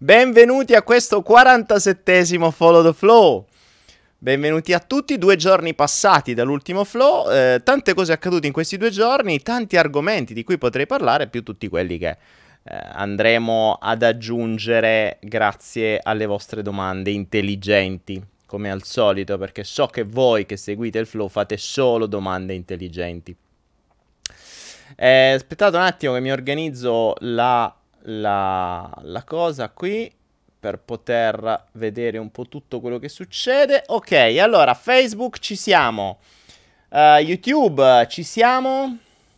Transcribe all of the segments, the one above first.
Benvenuti a questo 47esimo Follow the Flow. Benvenuti a tutti, 2 giorni passati dall'ultimo flow, tante cose accadute in questi 2 giorni, tanti argomenti di cui potrei parlare, più tutti quelli che andremo ad aggiungere grazie alle vostre domande intelligenti, come al solito, perché so che voi che seguite il flow fate solo domande intelligenti. Aspettate un attimo che mi organizzo la cosa qui per poter vedere un po' tutto quello che succede. Ok, allora Facebook ci siamo, YouTube ci siamo.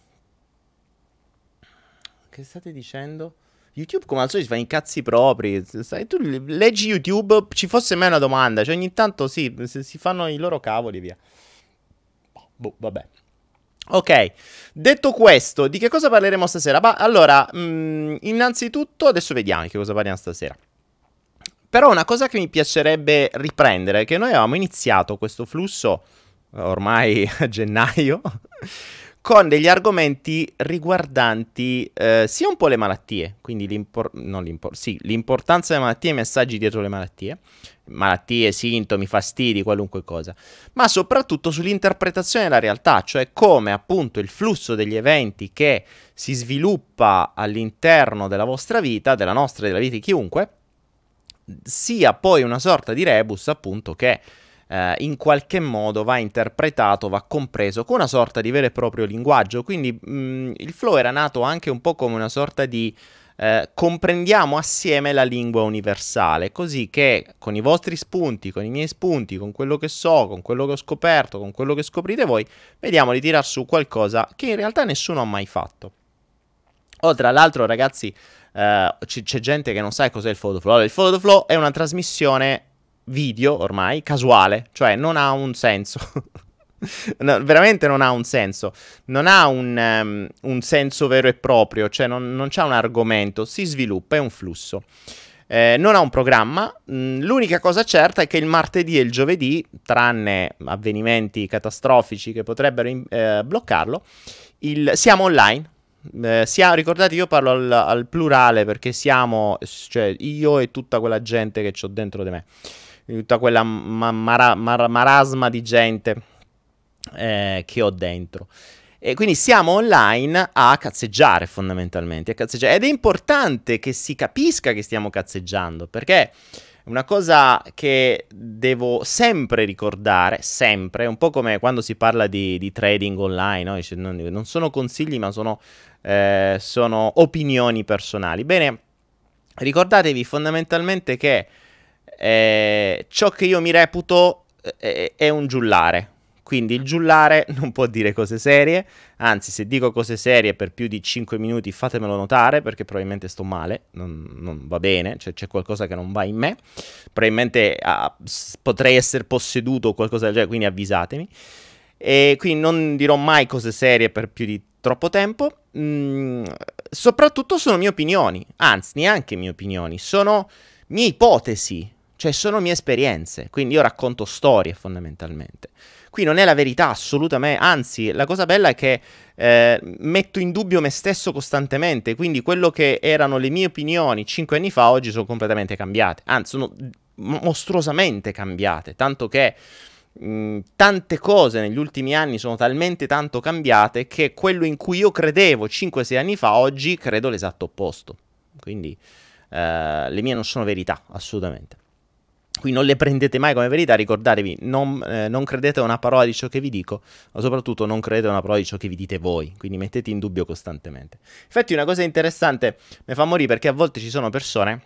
Che state dicendo? YouTube come al solito si fa i cazzi propri. Sai, tu leggi YouTube, ci fosse mai una domanda, cioè ogni tanto sì, si fanno i loro cavoli via. Boh, vabbè. Ok, detto questo, di che cosa parleremo stasera? Allora, innanzitutto, adesso vediamo di che cosa parliamo stasera. Però una cosa che mi piacerebbe riprendere è che noi avevamo iniziato questo flusso, ormai a gennaio, con degli argomenti riguardanti sia un po' le malattie, quindi l'importanza delle malattie e i messaggi dietro le malattie, sintomi, fastidi, qualunque cosa, ma soprattutto sull'interpretazione della realtà, cioè come appunto il flusso degli eventi che si sviluppa all'interno della vostra vita, della nostra e della vita di chiunque, sia poi una sorta di rebus appunto che in qualche modo va interpretato, va compreso con una sorta di vero e proprio linguaggio. Quindi il flow era nato anche un po' come una sorta di comprendiamo assieme la lingua universale, così che con i vostri spunti, con i miei spunti, con quello che so, con quello che ho scoperto, con quello che scoprite voi, vediamo di tirar su qualcosa che in realtà nessuno ha mai fatto. Tra l'altro, ragazzi, c'è gente che non sa cos'è il Follow the Flow. Il Follow the Flow è una trasmissione video ormai casuale, cioè non ha un senso. No, veramente non ha un senso. Non ha un senso vero e proprio, cioè non c'ha un argomento, si sviluppa, è un flusso. Non ha un programma. L'unica cosa certa è che il martedì e il giovedì, tranne avvenimenti catastrofici che potrebbero bloccarlo, siamo online. Ricordate, io parlo al plurale perché siamo, cioè io e tutta quella gente che ho dentro di me, tutta quella marasma di gente che ho dentro. E quindi siamo online a cazzeggiare fondamentalmente, ed è importante che si capisca che stiamo cazzeggiando, perché una cosa che devo sempre ricordare, sempre, un po' come quando si parla di trading online, no? Dice, non sono consigli ma sono opinioni personali. Bene, ricordatevi fondamentalmente che ciò che io mi reputo è un giullare. Quindi il giullare non può dire cose serie, anzi se dico cose serie per più di 5 minuti fatemelo notare perché probabilmente sto male, non va bene, cioè c'è qualcosa che non va in me, probabilmente potrei essere posseduto o qualcosa del genere, quindi avvisatemi. E quindi non dirò mai cose serie per più di troppo tempo. Soprattutto sono mie opinioni, anzi neanche mie opinioni, sono mie ipotesi, cioè sono mie esperienze, quindi io racconto storie fondamentalmente. Qui non è la verità assolutamente, anzi la cosa bella è che metto in dubbio me stesso costantemente, quindi quello che erano le mie opinioni 5 anni fa oggi sono completamente cambiate, anzi sono mostruosamente cambiate, tanto che tante cose negli ultimi anni sono talmente tanto cambiate che quello in cui io credevo 5-6 anni fa oggi credo l'esatto opposto, quindi le mie non sono verità assolutamente. Qui non le prendete mai come verità, ricordatevi, non credete a una parola di ciò che vi dico, ma soprattutto non credete a una parola di ciò che vi dite voi, quindi mettete in dubbio costantemente. Infatti una cosa interessante mi fa morire perché a volte ci sono persone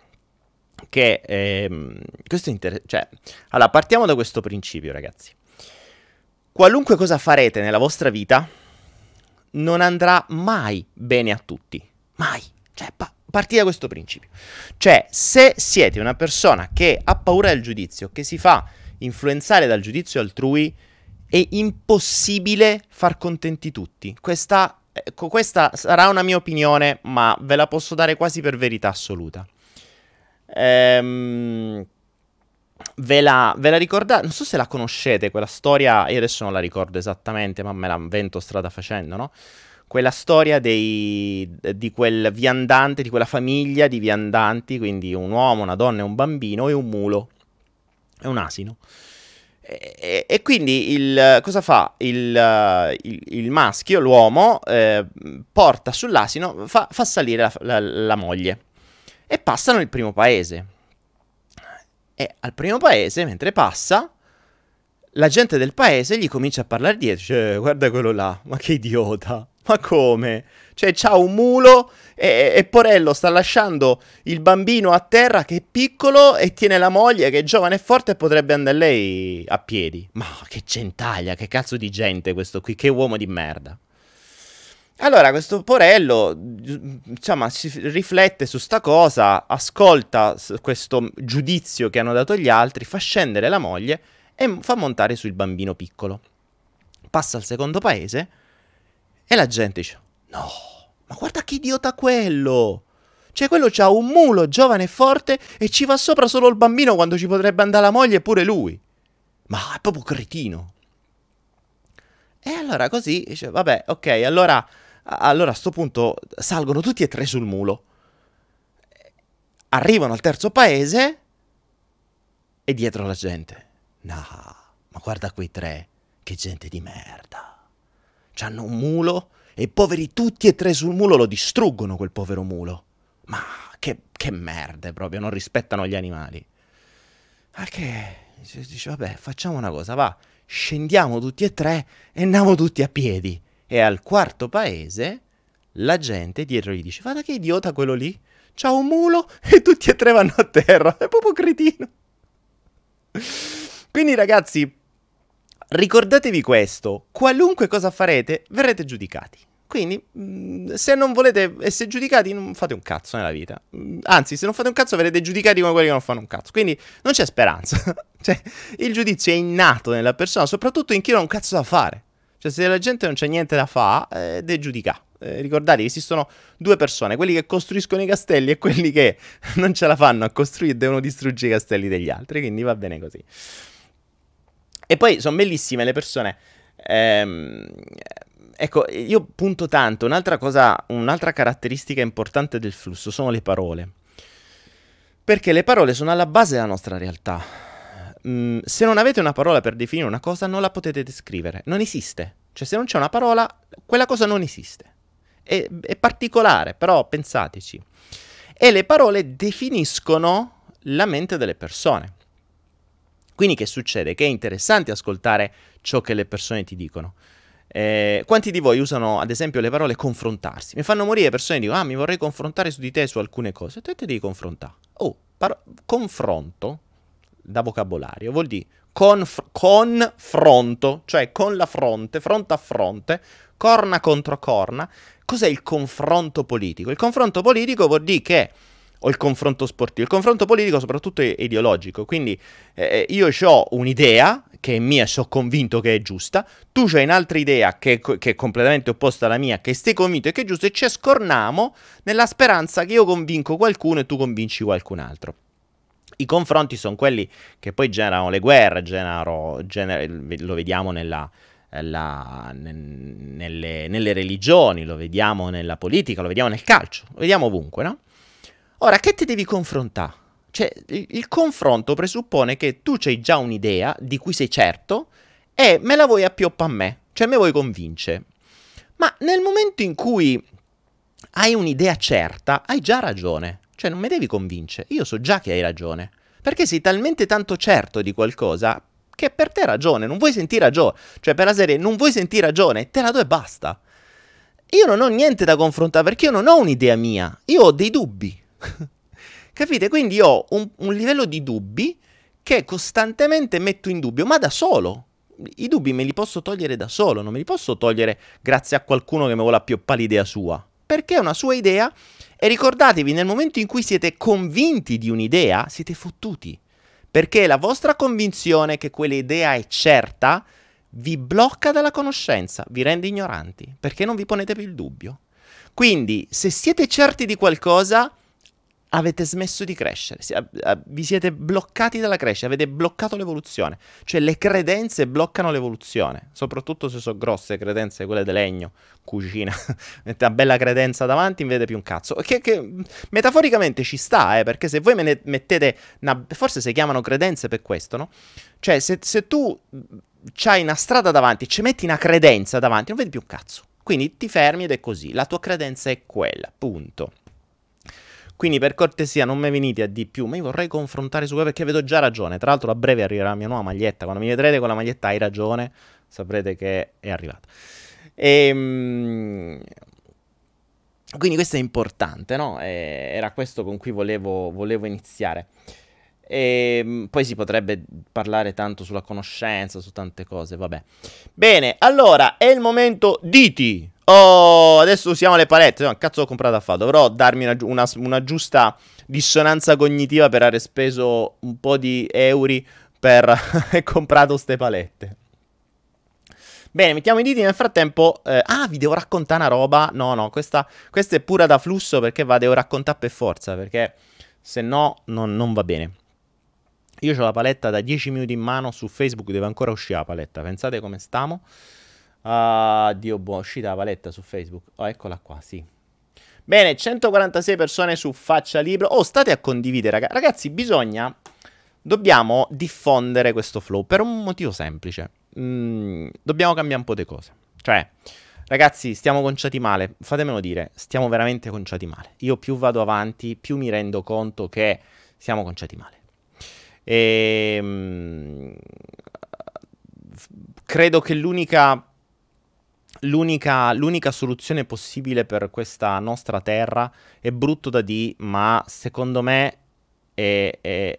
che... questo è interessante, cioè, allora partiamo da questo principio ragazzi. Qualunque cosa farete nella vostra vita non andrà mai bene a tutti, mai, cioè partite da questo principio. Cioè, se siete una persona che ha paura del giudizio, che si fa influenzare dal giudizio altrui, è impossibile far contenti tutti. Questa sarà una mia opinione, ma ve la posso dare quasi per verità assoluta. Ve la ricordate? Non so se la conoscete quella storia, io adesso non la ricordo esattamente, ma me la invento strada facendo, no? quella storia di quel viandante, di quella famiglia di viandanti, quindi un uomo, una donna e un bambino e un mulo e un asino. E quindi cosa fa? Il maschio, l'uomo, porta sull'asino, fa salire la moglie e passano il primo paese. E al primo paese, mentre passa, la gente del paese gli comincia a parlare dietro. Cioè, guarda quello là, ma che idiota, ma come? Cioè, c'ha un mulo e Porello sta lasciando il bambino a terra che è piccolo e tiene la moglie che è giovane e forte e potrebbe andare lei a piedi. Ma che gentaglia, che cazzo di gente questo qui, che uomo di merda. Allora, questo Porello, insomma, si riflette su sta cosa, ascolta questo giudizio che hanno dato gli altri, fa scendere la moglie e fa montare sul bambino piccolo. Passa al secondo paese e la gente dice: no, ma guarda che idiota quello! Cioè, quello c'ha un mulo giovane e forte e ci va sopra solo il bambino quando ci potrebbe andare la moglie e pure lui. Ma è proprio cretino. E allora così dice: vabbè, ok, allora a sto punto salgono tutti e tre sul mulo. Arrivano al terzo paese e dietro la gente. No, ma guarda quei tre, che gente di merda. C'hanno un mulo e i poveri tutti e tre sul mulo lo distruggono quel povero mulo. Ma che merde proprio, non rispettano gli animali. Ma che? Dice, vabbè, facciamo una cosa, va, scendiamo tutti e tre e andiamo tutti a piedi. E al quarto paese la gente dietro gli dice: guarda che idiota quello lì, c'ha un mulo e tutti e tre vanno a terra, è proprio cretino. Quindi ragazzi, ricordatevi questo, qualunque cosa farete verrete giudicati. Quindi se non volete essere giudicati non fate un cazzo nella vita. Anzi, se non fate un cazzo verrete giudicati come quelli che non fanno un cazzo. Quindi non c'è speranza. Cioè, il giudizio è innato nella persona, soprattutto in chi non ha un cazzo da fare. Cioè, se la gente non c'è niente da fare, deve giudicare. Ricordate, esistono due persone, quelli che costruiscono i castelli e quelli che non ce la fanno a costruire e devono distruggere i castelli degli altri. Quindi va bene così. E poi sono bellissime le persone. Ecco, io punto tanto. Un'altra cosa, un'altra caratteristica importante del flusso sono le parole. Perché le parole sono alla base della nostra realtà. Se non avete una parola per definire una cosa, non la potete descrivere. Non esiste. Cioè, se non c'è una parola, quella cosa non esiste. È particolare, però pensateci. E le parole definiscono la mente delle persone. Quindi che succede? Che è interessante ascoltare ciò che le persone ti dicono. Quanti di voi usano ad esempio le parole confrontarsi? Mi fanno morire persone che dicono: ah, mi vorrei confrontare su di te su alcune cose. Te devi confrontare. Oh, confronto da vocabolario vuol dire confronto, cioè con la fronte, fronte a fronte, corna contro corna. Cos'è il confronto politico? Il confronto politico vuol dire che, o il confronto sportivo, il confronto politico soprattutto è ideologico, quindi io ho un'idea che è mia, sono convinto che è giusta, tu c'hai un'altra idea che è completamente opposta alla mia, che stai convinto che è giusta, e ci scorniamo nella speranza che io convinco qualcuno e tu convinci qualcun altro. I confronti sono quelli che poi generano le guerre, lo vediamo nelle religioni, lo vediamo nella politica, lo vediamo nel calcio, lo vediamo ovunque, no? Ora, che ti devi confrontare? Cioè, il confronto presuppone che tu c'hai già un'idea di cui sei certo e me la vuoi appioppare a me, cioè me vuoi convincere. Ma nel momento in cui hai un'idea certa, hai già ragione. Cioè, non mi devi convincere, io so già che hai ragione. Perché sei talmente tanto certo di qualcosa che per te hai ragione, non vuoi sentire ragione. Cioè, per la serie, non vuoi sentire ragione, te la do e basta. Io non ho niente da confrontare perché io non ho un'idea mia, io ho dei dubbi. Capite? Quindi io ho un livello di dubbi che costantemente metto in dubbio, ma da solo. I dubbi me li posso togliere da solo, non me li posso togliere grazie a qualcuno che mi vuole appioppare l'idea sua. Perché è una sua idea e ricordatevi, nel momento in cui siete convinti di un'idea, siete fottuti. Perché la vostra convinzione che quell'idea è certa vi blocca dalla conoscenza, vi rende ignoranti, perché non vi ponete più il dubbio. Quindi, se siete certi di qualcosa, avete smesso di crescere, vi siete bloccati dalla crescita, avete bloccato l'evoluzione, cioè le credenze bloccano l'evoluzione, soprattutto se sono grosse credenze, quelle di legno, cucina, mette una bella credenza davanti, non vede più un cazzo, che metaforicamente ci sta, perché se voi me ne mettete, forse si chiamano credenze per questo, no? Cioè se tu c'hai una strada davanti e ci metti una credenza davanti, non vedi più un cazzo, quindi ti fermi ed è così, la tua credenza è quella, punto. Quindi per cortesia non mi venite a di più, ma io vorrei confrontare su quello perché vedo già ragione. Tra l'altro a breve arriverà la mia nuova maglietta, quando mi vedrete con la maglietta hai ragione, saprete che è arrivata. Quindi questo è importante, no? Era questo con cui volevo iniziare. Poi si potrebbe parlare tanto sulla conoscenza, su tante cose, vabbè. Bene, allora è il momento diti. Oh, adesso usiamo le palette. No, cazzo ho comprato a fare. Dovrò darmi una giusta dissonanza cognitiva per aver speso un po' di euro per aver comprato ste palette. Bene, mettiamo i diti nel frattempo. Vi devo raccontare una roba. No, questa è pura da flusso perché devo raccontare per forza. Perché se no non va bene. Io ho la paletta da 10 minuti in mano. Su Facebook deve ancora uscire la paletta. Pensate come stiamo. Dio buono, è uscita la paletta su Facebook. Oh, eccola qua, sì. Bene, 146 persone su Faccia Libro. Oh, state a condividere, ragazzi, dobbiamo diffondere questo flow per un motivo semplice. Dobbiamo cambiare un po' di cose. Cioè, ragazzi, stiamo conciati male. Fatemelo dire, stiamo veramente conciati male. Io più vado avanti, più mi rendo conto che siamo conciati male. Credo che l'unica soluzione possibile per questa nostra terra è brutto da dire, ma secondo me è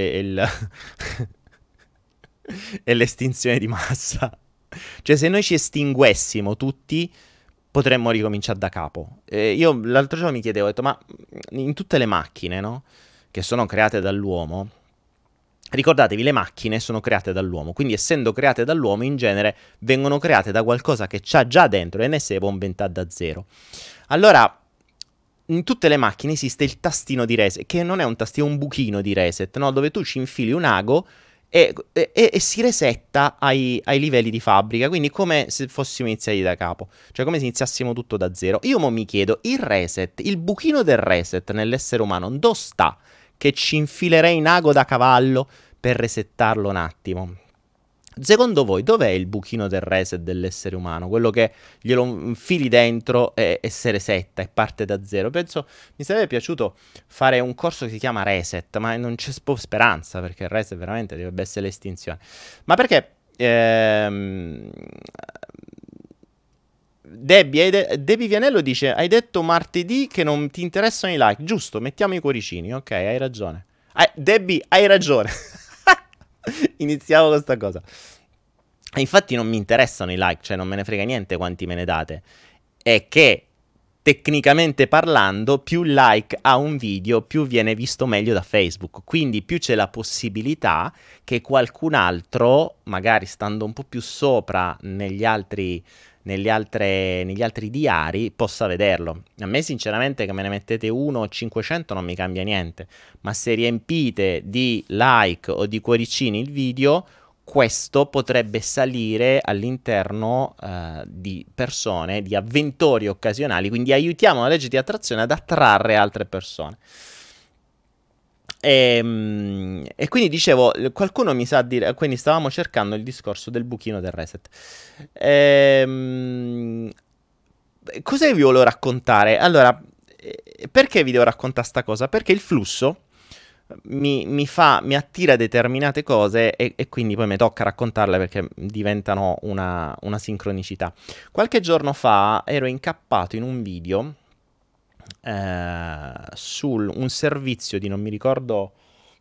l'estinzione di massa. Cioè, se noi ci estinguessimo tutti, potremmo ricominciare da capo. Io l'altro giorno mi chiedevo, ho detto, ma in tutte le macchine, no? Che sono create dall'uomo, ricordatevi, le macchine sono create dall'uomo, quindi essendo create dall'uomo in genere vengono create da qualcosa che c'ha già dentro e ne si può inventare da zero. Allora, in tutte le macchine esiste il tastino di reset, che non è un tastino, è un buchino di reset, no? Dove tu ci infili un ago e si resetta ai livelli di fabbrica, quindi come se fossimo iniziati da capo, cioè come se iniziassimo tutto da zero. Io mi chiedo, il reset, il buchino del reset nell'essere umano, dove sta? Che ci infilerei in ago da cavallo per resettarlo un attimo. Secondo voi dov'è il buchino del reset dell'essere umano? Quello che glielo infili dentro e si resetta e parte da zero. Penso mi sarebbe piaciuto fare un corso che si chiama Reset, ma non c'è speranza perché il reset veramente dovrebbe essere l'estinzione. Ma perché Debbie Vianello dice: hai detto martedì che non ti interessano i like. Giusto, mettiamo i cuoricini. Ok, hai ragione. Debbie, hai ragione. Iniziamo con sta cosa. Infatti non mi interessano i like, cioè non me ne frega niente quanti me ne date. È che tecnicamente parlando, più like ha un video, più viene visto meglio da Facebook. Quindi più c'è la possibilità che qualcun altro, magari stando un po' più sopra negli altri diari, possa vederlo. A me sinceramente che me ne mettete 1 o 500 non mi cambia niente, ma se riempite di like o di cuoricini il video, questo potrebbe salire all'interno di persone, di avventori occasionali, quindi aiutiamo la legge di attrazione ad attrarre altre persone. E quindi dicevo, qualcuno mi sa dire, quindi stavamo cercando il discorso del buchino del reset. Cosa vi volevo raccontare? Allora, perché vi devo raccontare sta cosa? Perché il flusso mi attira determinate cose e quindi poi mi tocca raccontarle perché diventano una sincronicità. Qualche giorno fa ero incappato in un video su un servizio di non mi ricordo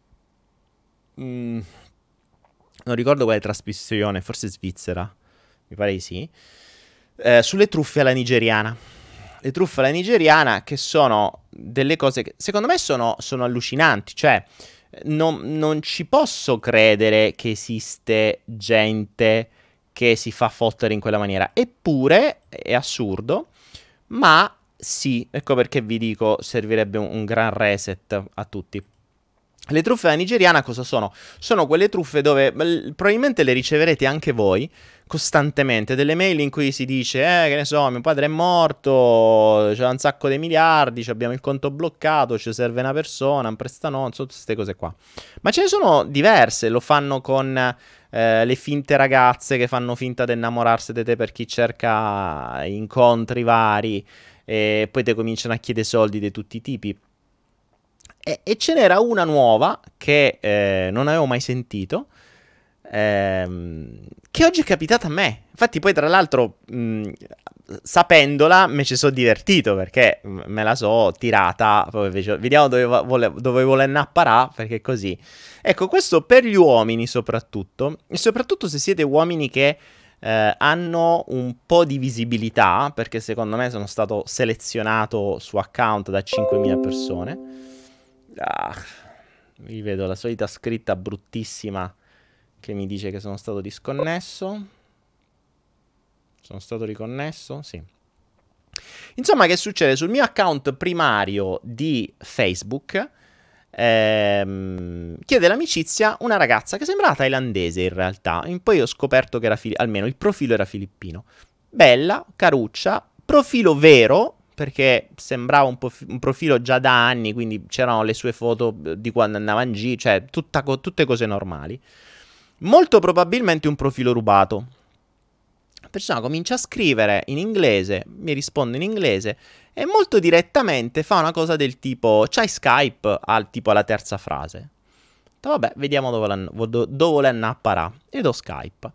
non ricordo quale trasmissione, forse svizzera, mi pare di sì, sulle truffe alla nigeriana. Le truffe alla nigeriana, che sono delle cose che secondo me sono allucinanti, cioè non ci posso credere che esiste gente che si fa fottere in quella maniera, eppure è assurdo, ma Sì, ecco perché vi dico servirebbe un gran reset a tutti. Le truffe alla nigeriana cosa sono? Sono quelle truffe dove probabilmente le riceverete anche voi costantemente, delle mail in cui si dice, che ne so, mio padre è morto, c'è un sacco di miliardi, abbiamo il conto bloccato, ci serve una persona, un prestanotte, tutte queste cose qua. Ma ce ne sono diverse, lo fanno con le finte ragazze che fanno finta di innamorarsi di te per chi cerca incontri vari e poi te cominciano a chiedere soldi di tutti i tipi. E ce n'era una nuova che non avevo mai sentito, che oggi è capitata a me. Infatti poi tra l'altro, sapendola, mi ci sono divertito perché me la so tirata. Poi vediamo dove vuole annapparà, perché così. Ecco, questo per gli uomini soprattutto, e soprattutto se siete uomini che hanno un po' di visibilità, perché secondo me sono stato selezionato su account da 5.000 persone. Ah, vi vedo la solita scritta bruttissima che mi dice che sono stato disconnesso. Sono stato riconnesso? Sì. Insomma, che succede? Sul mio account primario di Facebook chiede l'amicizia una ragazza che sembrava thailandese in realtà. Poi ho scoperto che era almeno il profilo era filippino. Bella, caruccia, profilo vero, perché sembrava un profilo già da anni, quindi c'erano le sue foto di quando andava in giro, cioè tutte cose normali. Molto probabilmente un profilo rubato. La persona comincia a scrivere in inglese, mi risponde in inglese e molto direttamente fa una cosa del tipo c'hai Skype tipo alla terza frase. Vabbè, vediamo dove le annapparà. E do Skype.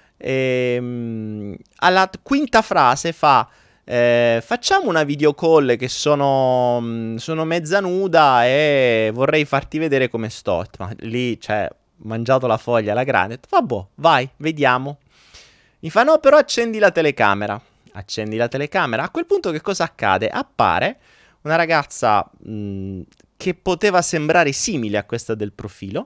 Alla quinta frase fa facciamo una video call che sono mezza nuda e vorrei farti vedere come sto. Ma lì, cioè, mangiato la foglia alla grande. Vabbè, vai, vediamo. Mi fa no, però accendi la telecamera. Accendi la telecamera. A quel punto che cosa accade? Appare una ragazza che poteva sembrare simile a questa del profilo,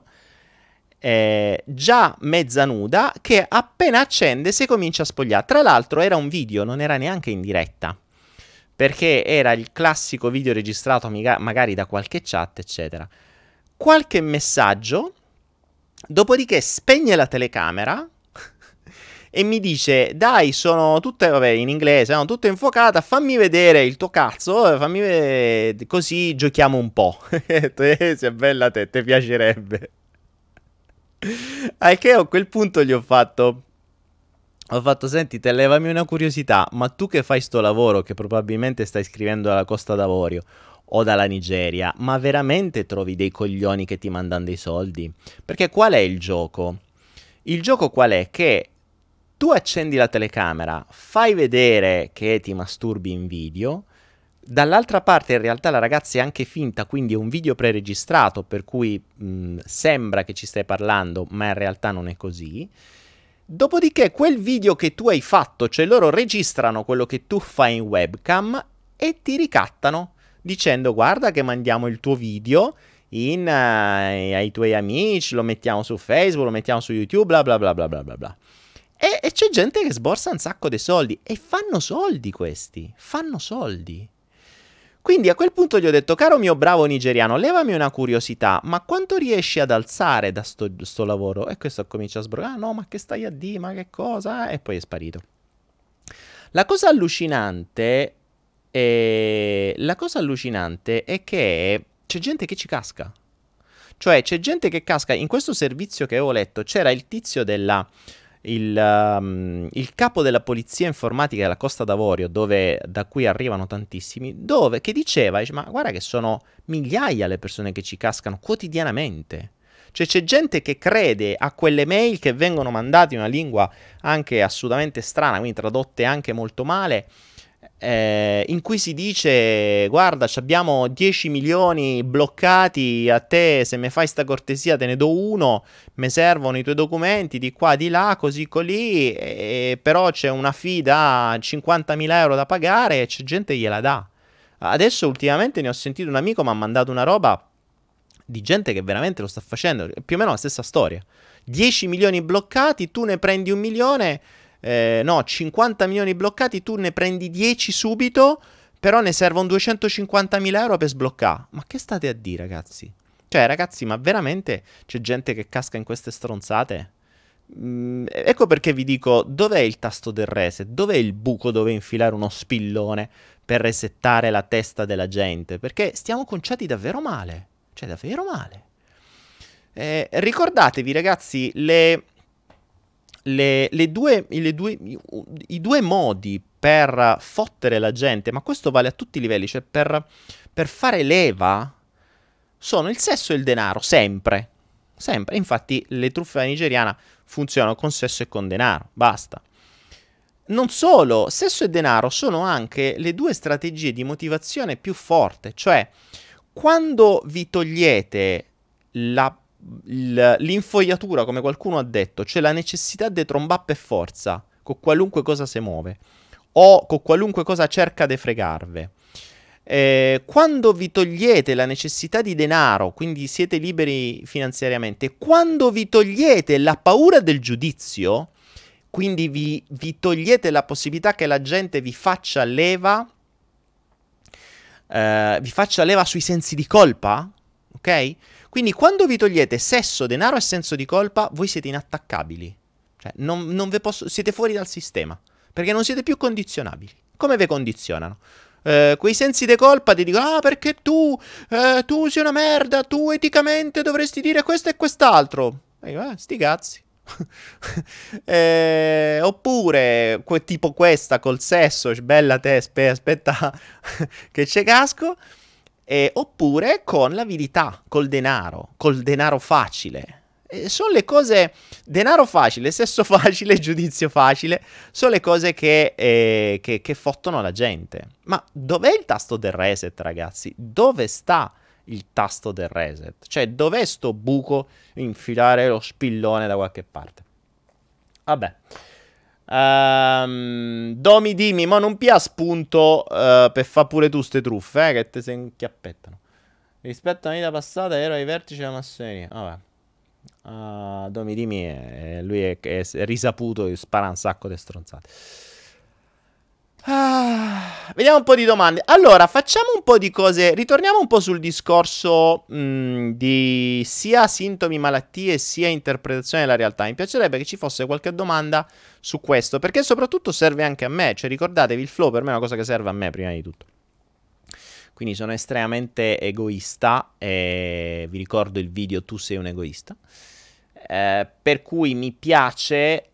già mezza nuda, che appena accende si comincia a spogliare. Tra l'altro era un video, non era neanche in diretta, perché era il classico video registrato magari da qualche chat, eccetera. Qualche messaggio, dopodiché spegne la telecamera e mi dice dai, sono tutte, vabbè, in inglese, no, tutte infuocata, fammi vedere il tuo cazzo, fammi vedere, così giochiamo un po'. Se è bella te piacerebbe. Al che a quel punto gli ho fatto senti, te levami una curiosità, ma tu che fai sto lavoro, che probabilmente stai scrivendo dalla Costa d'Avorio o dalla Nigeria, ma veramente trovi dei coglioni che ti mandano dei soldi? Perché qual è il gioco? Il gioco qual è? Che tu accendi la telecamera, fai vedere che ti masturbi in video, dall'altra parte in realtà la ragazza è anche finta, quindi è un video preregistrato, per cui sembra che ci stai parlando, ma in realtà non è così. Dopodiché quel video che tu hai fatto, cioè loro registrano quello che tu fai in webcam e ti ricattano, dicendo guarda che mandiamo il tuo video ai tuoi amici, lo mettiamo su Facebook, lo mettiamo su YouTube, bla bla bla bla bla bla bla. E c'è gente che sborsa un sacco di soldi. E fanno soldi questi. Fanno soldi. Quindi a quel punto gli ho detto, caro mio bravo nigeriano, levami una curiosità, ma quanto riesci ad alzare da sto lavoro? E questo comincia a sbrogare, no, ma che stai a dire, ma che cosa? E poi è sparito. La cosa allucinante è che c'è gente che ci casca. Cioè c'è gente che casca. In questo servizio che avevo letto c'era il tizio il capo della polizia informatica della Costa d'Avorio, da cui arrivano tantissimi, che diceva, ma guarda che sono migliaia le persone che ci cascano quotidianamente. Cioè c'è gente che crede a quelle mail che vengono mandate in una lingua anche assolutamente strana, quindi tradotte anche molto male, in cui si dice guarda abbiamo 10 milioni bloccati, a te se mi fai sta cortesia te ne do uno, mi servono i tuoi documenti di qua di là così colì, però c'è una fee da 50.000 euro da pagare e c'è gente che gliela dà. Adesso ultimamente ne ho sentito un amico mi ha mandato una roba di gente che veramente lo sta facendo, più o meno la stessa storia. 10 milioni bloccati, tu ne prendi 1 milione, no, 50 milioni bloccati, tu ne prendi 10 subito, però ne servono 250.000 euro per sbloccare. Ma che state a dire, ragazzi? Cioè, ragazzi, ma veramente c'è gente che casca in queste stronzate? Ecco perché vi dico, dov'è il tasto del reset? Dov'è il buco dove infilare uno spillone per resettare la testa della gente? Perché stiamo conciati davvero male. Cioè, davvero male. Ricordatevi, ragazzi, i due modi per fottere la gente, ma questo vale a tutti i livelli, cioè per fare leva, sono il sesso e il denaro, sempre. Sempre. Infatti le truffe alla nigeriana funzionano con sesso e con denaro, basta. Non solo, sesso e denaro sono anche le due strategie di motivazione più forte, cioè quando vi togliete l'infoiatura, come qualcuno ha detto, cioè la necessità di trombare per forza, con qualunque cosa si muove, o con qualunque cosa cerca di fregarve. Quando vi togliete la necessità di denaro, quindi siete liberi finanziariamente, quando vi togliete la paura del giudizio, quindi vi togliete la possibilità che la gente vi faccia leva sui sensi di colpa, ok? Quindi quando vi togliete sesso, denaro e senso di colpa, voi siete inattaccabili. Cioè, non siete fuori dal sistema, perché non siete più condizionabili. Come vi condizionano? Quei sensi di colpa ti dicono, perché tu sei una merda, tu eticamente dovresti dire questo e quest'altro. E io, sti cazzi. Oppure tipo questa col sesso, bella te, aspetta che c'è casco. Oppure con l'avidità, col denaro facile. Sono le cose, denaro facile, sesso facile, giudizio facile, sono le cose che fottono la gente. Ma dov'è il tasto del reset, ragazzi? Dove sta il tasto del reset? Cioè, dov'è sto buco infilare lo spillone da qualche parte? Vabbè. Domi dimmi, ma non pia spunto per fare pure tu ste truffe, che te se inchiappettano. Rispetto alla vita passata ero ai vertici della massoneria. Vabbè. Domi dimmi, lui è risaputo che spara un sacco di stronzate. Vediamo un po' di domande. Allora, facciamo un po' di cose. Ritorniamo un po' sul discorso di sia sintomi, malattie, sia interpretazione della realtà. Mi piacerebbe che ci fosse qualche domanda su questo, perché soprattutto serve anche a me. Cioè, ricordatevi, il flow per me è una cosa che serve a me prima di tutto. Quindi sono estremamente egoista e vi ricordo il video Tu sei un egoista. Per cui mi piace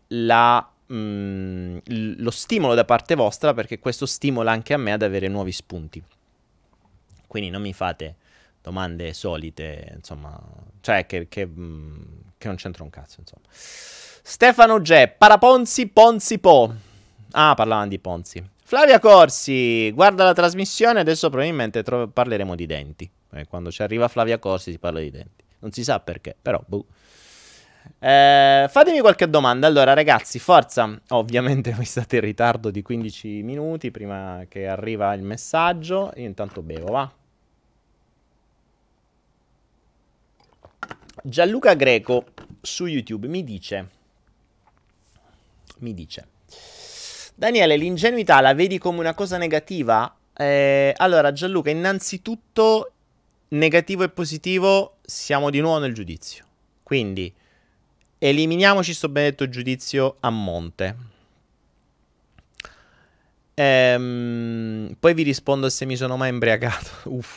lo stimolo da parte vostra, perché questo stimola anche a me ad avere nuovi spunti. Quindi non mi fate domande solite, insomma, cioè che non c'entra un cazzo, insomma. Stefano G. Paraponzi Ponzi Po. Parlavano di Ponzi. Flavia Corsi, guarda la trasmissione, adesso probabilmente parleremo di denti. Quando ci arriva Flavia Corsi si parla di denti. Non si sa perché, però boh. Fatemi qualche domanda. Allora, ragazzi, forza. Ovviamente voi state in ritardo di 15 minuti prima che arriva il messaggio. Io intanto bevo, va. Gianluca Greco su YouTube mi dice: Daniele, l'ingenuità la vedi come una cosa negativa? Allora, Gianluca, innanzitutto negativo e positivo siamo di nuovo nel giudizio. Quindi eliminiamoci sto benedetto giudizio a monte. Poi vi rispondo se mi sono mai imbriagato. Uff.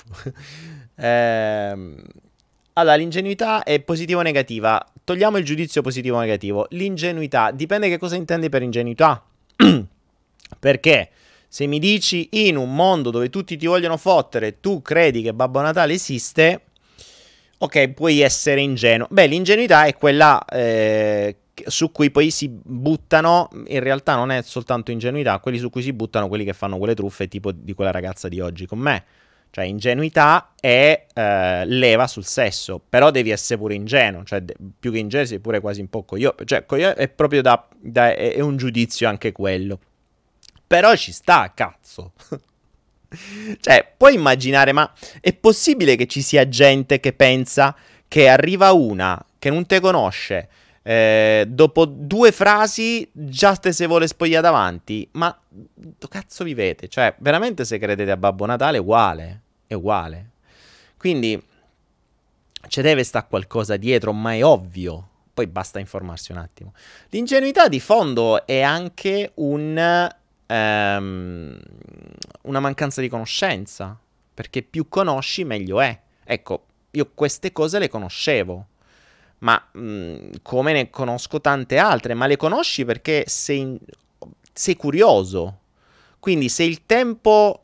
Allora, l'ingenuità è positiva o negativa? Togliamo il giudizio positivo o negativo. L'ingenuità, dipende che cosa intendi per ingenuità. Perché se mi dici in un mondo dove tutti ti vogliono fottere, tu credi che Babbo Natale esiste, ok, puoi essere ingenuo. Beh, l'ingenuità è quella su cui poi si buttano, in realtà non è soltanto ingenuità, quelli su cui si buttano quelli che fanno quelle truffe, tipo di quella ragazza di oggi con me. Cioè, ingenuità è leva sul sesso, però devi essere pure ingenuo, cioè più che ingenuo sei pure quasi un po' coglione. Cioè, è proprio è un giudizio anche quello. Però ci sta, cazzo. Cioè, puoi immaginare, ma è possibile che ci sia gente che pensa che arriva una che non te conosce, Dopo 2 frasi già te se vuole spogliare davanti. Ma cazzo vivete? Cioè, veramente se credete a Babbo Natale è uguale. È uguale. Quindi ci deve stare qualcosa dietro, ma è ovvio. Poi basta informarsi un attimo. L'ingenuità di fondo è anche una mancanza di conoscenza. Perché più conosci, meglio è. Ecco, io queste cose le conoscevo. Ma come ne conosco tante altre, ma le conosci perché sei curioso. Quindi se il tempo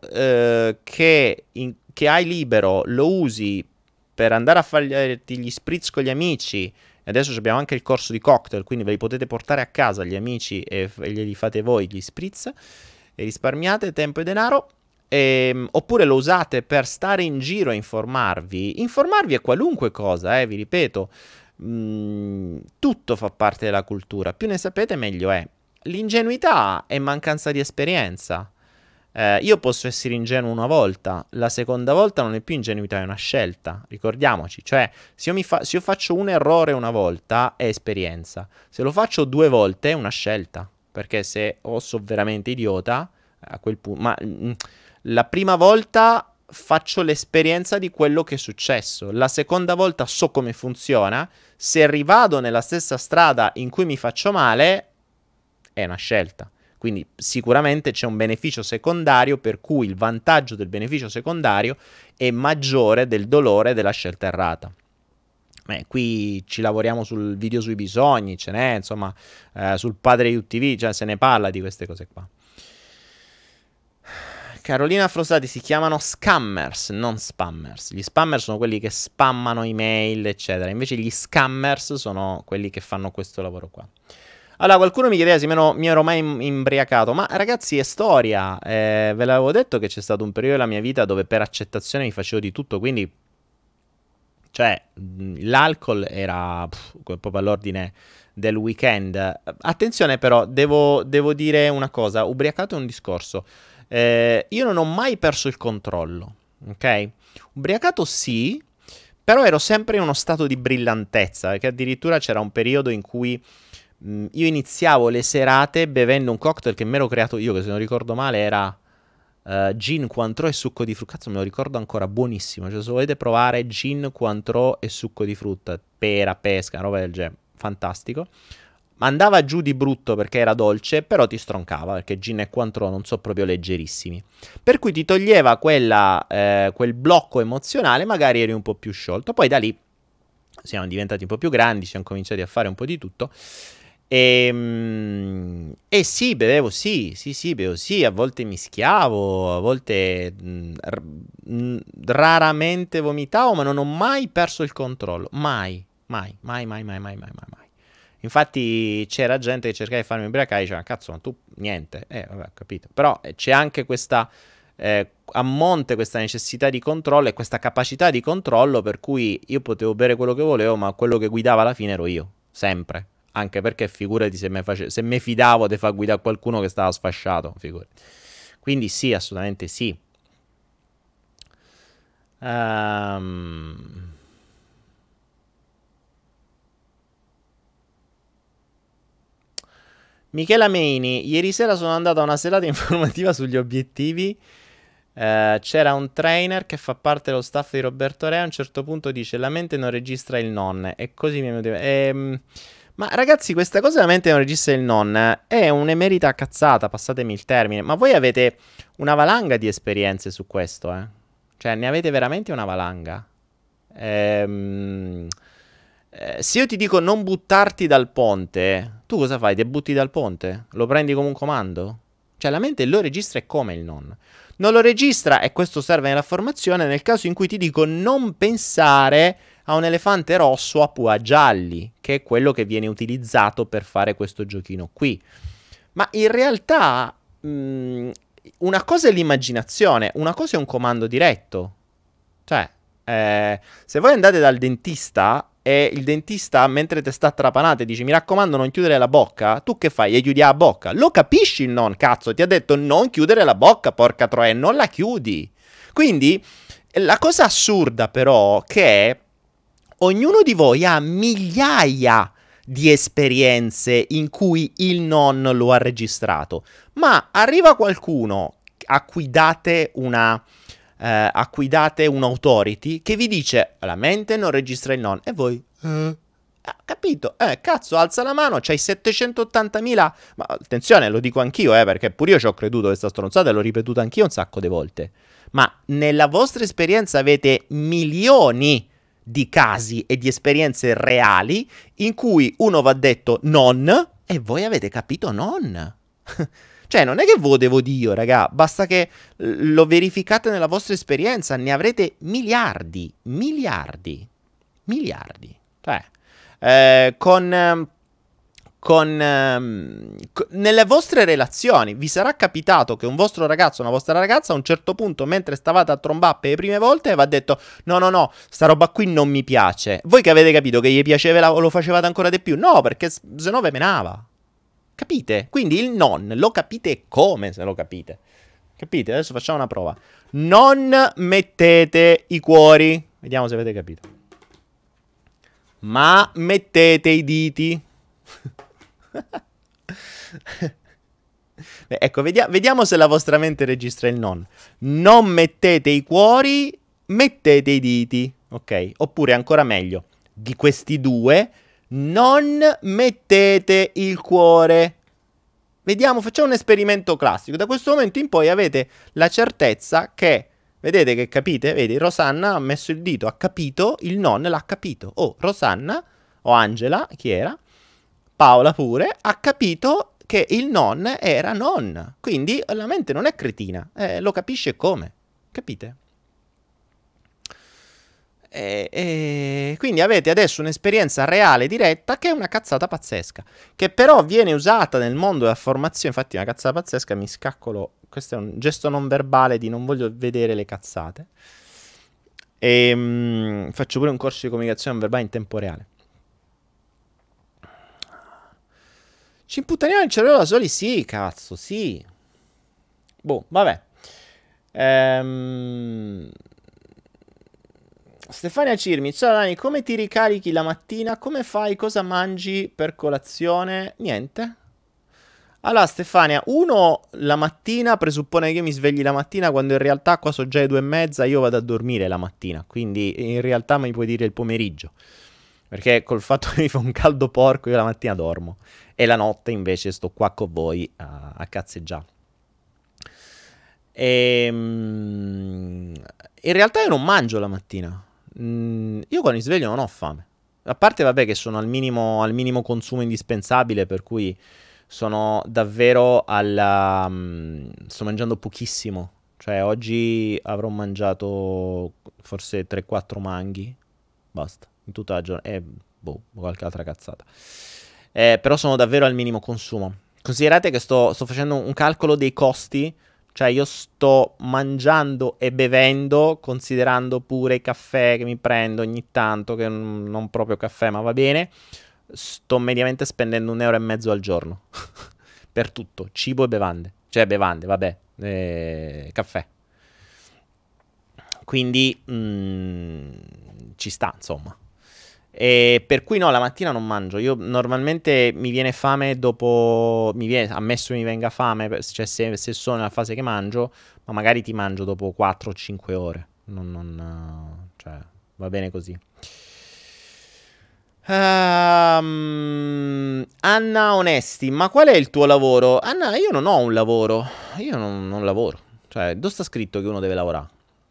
che hai libero lo usi per andare a farti gli spritz con gli amici, e adesso abbiamo anche il corso di cocktail, quindi ve li potete portare a casa gli amici e glieli fate voi gli spritz e risparmiate tempo e denaro. Oppure lo usate per stare in giro e informarvi è qualunque cosa, vi ripeto. Tutto fa parte della cultura, più ne sapete meglio è. L'ingenuità è mancanza di esperienza. Io posso essere ingenuo una volta, la seconda volta non è più ingenuità, è una scelta, ricordiamoci. Cioè, se io faccio un errore una volta è esperienza, se lo faccio 2 volte è una scelta, perché se sono veramente idiota a quel punto, ma la prima volta faccio l'esperienza di quello che è successo, la seconda volta so come funziona, se rivado nella stessa strada in cui mi faccio male è una scelta. Quindi sicuramente c'è un beneficio secondario, per cui il vantaggio del beneficio secondario è maggiore del dolore della scelta errata. Qui ci lavoriamo sul video sui bisogni, ce n'è, insomma, sul padre UTV, cioè se ne parla di queste cose qua. Carolina Frosati, si chiamano scammers, non spammers. Gli spammer sono quelli che spammano email, eccetera. Invece gli scammers sono quelli che fanno questo lavoro qua. Allora, qualcuno mi chiedeva se mi ero mai imbriacato. Ma ragazzi, è storia. Ve l'avevo detto che c'è stato un periodo della mia vita dove per accettazione mi facevo di tutto. Quindi, cioè, l'alcol era proprio all'ordine del weekend. Attenzione però, devo dire una cosa. Ubriacato è un discorso. Io non ho mai perso il controllo, ok? Ubriacato sì, però ero sempre in uno stato di brillantezza, perché addirittura c'era un periodo in cui io iniziavo le serate bevendo un cocktail che mi ero creato io, che se non ricordo male era gin, Cointreau e succo di frutta. Cazzo, me lo ricordo ancora, buonissimo. Cioè, se volete provare gin, Cointreau e succo di frutta, pera, pesca, roba del genere, fantastico. Andava giù di brutto perché era dolce, però ti stroncava, perché gin e Cointreau non sono proprio leggerissimi. Per cui ti toglieva quel blocco emozionale, magari eri un po' più sciolto. Poi da lì siamo diventati un po' più grandi, siamo cominciati a fare un po' di tutto. E sì, bevevo, sì, bevevo, sì, a volte mischiavo, a volte raramente vomitavo, ma non ho mai perso il controllo, mai. Infatti c'era gente che cercava di farmi ubriacare e diceva, cazzo, ma tu niente, vabbè, ho capito. Però c'è anche questa, a monte questa necessità di controllo e questa capacità di controllo per cui io potevo bere quello che volevo, ma quello che guidava alla fine ero io, sempre. Anche perché figurati se mi fidavo di far guidare qualcuno che stava sfasciato, figurati. Quindi sì, assolutamente sì. Michela Meini, ieri sera sono andato a una serata informativa sugli obiettivi. C'era un trainer che fa parte dello staff di Roberto Re. A un certo punto dice: la mente non registra il non. E così mi è venuto. Ma ragazzi, questa cosa della mente non registra il non è un'emerita cazzata, passatemi il termine. Ma voi avete una valanga di esperienze su questo, eh? Cioè, ne avete veramente una valanga. Se io ti dico non buttarti dal ponte, tu cosa fai? Ti butti dal ponte? Lo prendi come un comando? Cioè la mente lo registra e come il non. Non lo registra, e questo serve nella formazione, nel caso in cui ti dico non pensare a un elefante rosso a pua gialli, che è quello che viene utilizzato per fare questo giochino qui. Ma in realtà una cosa è l'immaginazione, una cosa è un comando diretto. Cioè, se voi andate dal dentista e il dentista mentre te sta trapanate dice mi raccomando non chiudere la bocca, tu che fai? Gli chiudi la bocca. Lo capisci il non, cazzo, ti ha detto non chiudere la bocca, porca troia, non la chiudi. Quindi la cosa assurda però che è ognuno di voi ha migliaia di esperienze in cui il non lo ha registrato, ma arriva qualcuno a cui date un'authority che vi dice la mente non registra il non e voi capito? Cazzo, alza la mano, c'hai 780.000. Ma attenzione, lo dico anch'io, perché pure io ci ho creduto questa stronzata e l'ho ripetuta anch'io un sacco di volte. Ma nella vostra esperienza avete milioni di casi e di esperienze reali in cui uno va detto non e voi avete capito non. Cioè, non è che ve lo devo dire io, raga, basta che lo verificate nella vostra esperienza, ne avrete miliardi. Cioè, nelle vostre relazioni vi sarà capitato che un vostro ragazzo o una vostra ragazza a un certo punto, mentre stavate a trombare per le prime volte, vi ha detto no, sta roba qui non mi piace. Voi che avete capito che gli piaceva lo facevate ancora di più? No, perché se no ve menava. Capite? Quindi il non lo capite come se lo capite. Capite? Adesso facciamo una prova. Non mettete i cuori. Vediamo se avete capito. Ma mettete i diti. Beh, ecco, vediamo se la vostra mente registra il non. Non mettete i cuori, mettete i diti. Ok? Oppure ancora meglio, di questi due, non mettete il cuore. Vediamo, facciamo un esperimento classico. Da questo momento in poi avete la certezza che, vedete che capite? Vedi, Rosanna ha messo il dito, ha capito, il non l'ha capito. Oh, Rosanna, o Angela, chi era? Paola pure, ha capito che il non era non. Quindi la mente non è cretina, lo capisce come. Capite? Quindi avete adesso un'esperienza reale diretta che è una cazzata pazzesca, che però viene usata nel mondo della formazione. Infatti una cazzata pazzesca, mi scaccolo, questo è un gesto non verbale di non voglio vedere le cazzate, faccio pure un corso di comunicazione non verbale in tempo reale. Ci imputaniamo il cervello da soli? Sì, cazzo, sì. Boh, vabbè. Stefania Cirmi, ciao Dani, come ti ricarichi la mattina? Come fai? Cosa mangi per colazione? Niente. Allora Stefania, uno la mattina presuppone che io mi svegli la mattina quando in realtà qua sono già le 2:30, io vado a dormire la mattina, quindi in realtà mi puoi dire il pomeriggio, perché col fatto che mi fa un caldo porco io la mattina dormo e la notte invece sto qua con voi a cazzeggiare. In realtà io non mangio la mattina. Io quando mi sveglio non ho fame. A parte, vabbè, che sono al minimo consumo indispensabile, per cui sono davvero sto mangiando pochissimo. Cioè, oggi avrò mangiato forse 3-4 manghi. Basta. In tutta la giornata. Qualche altra cazzata. Però sono davvero al minimo consumo. Considerate che sto facendo un calcolo dei costi. Cioè io sto mangiando e bevendo, considerando pure i caffè che mi prendo ogni tanto, che non proprio caffè, ma va bene, sto mediamente spendendo 1,5 euro al giorno. Per tutto, cibo e bevande. Cioè bevande, vabbè, caffè. Quindi ci sta, insomma. E per cui no, la mattina non mangio. Io normalmente mi viene fame dopo. Ammesso che mi venga fame, cioè se sono nella fase che mangio, ma magari ti mangio dopo 4 o 5 ore. Cioè, va bene così. Anna Onesti, ma qual è il tuo lavoro? Anna, io non ho un lavoro. Io non lavoro. Cioè, dove sta scritto che uno deve lavorare?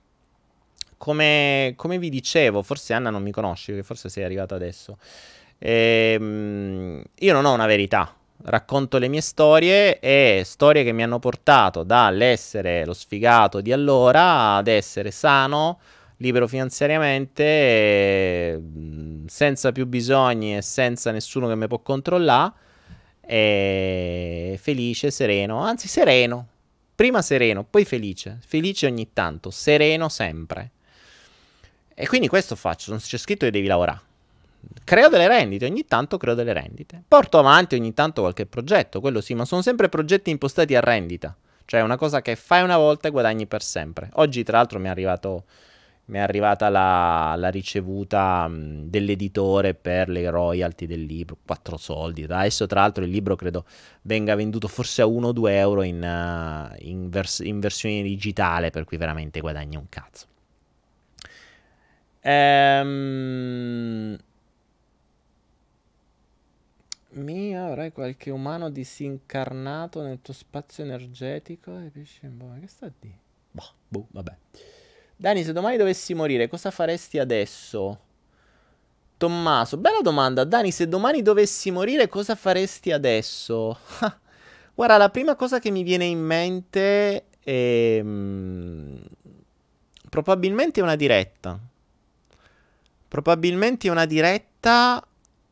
Come vi dicevo, forse Anna non mi conosci, perché forse sei arrivata adesso. Io non ho una verità. Racconto le mie storie e storie che mi hanno portato dall'essere lo sfigato di allora ad essere sano, libero finanziariamente, senza più bisogni e senza nessuno che mi può controllare, e felice, sereno, anzi sereno. Prima sereno, poi felice. Felice ogni tanto, sereno sempre. E quindi questo faccio, non c'è scritto che devi lavorare. Creo delle rendite, ogni tanto creo delle rendite. Porto avanti ogni tanto qualche progetto, quello sì, ma sono sempre progetti impostati a rendita. Cioè una cosa che fai una volta e guadagni per sempre. Oggi tra l'altro mi è mi è arrivata la ricevuta dell'editore per le royalty del libro, 4 soldi. Adesso tra l'altro il libro credo venga venduto forse a 1 o 2 euro in versione digitale, per cui veramente guadagni un cazzo. Mi avrai qualche umano disincarnato nel tuo spazio energetico? E dici, boh, che sta di? Boh, vabbè. Dani, se domani dovessi morire, cosa faresti adesso? Tommaso, bella domanda. Dani, se domani dovessi morire, cosa faresti adesso? Guarda, la prima cosa che mi viene in mente è probabilmente una diretta. Probabilmente una diretta.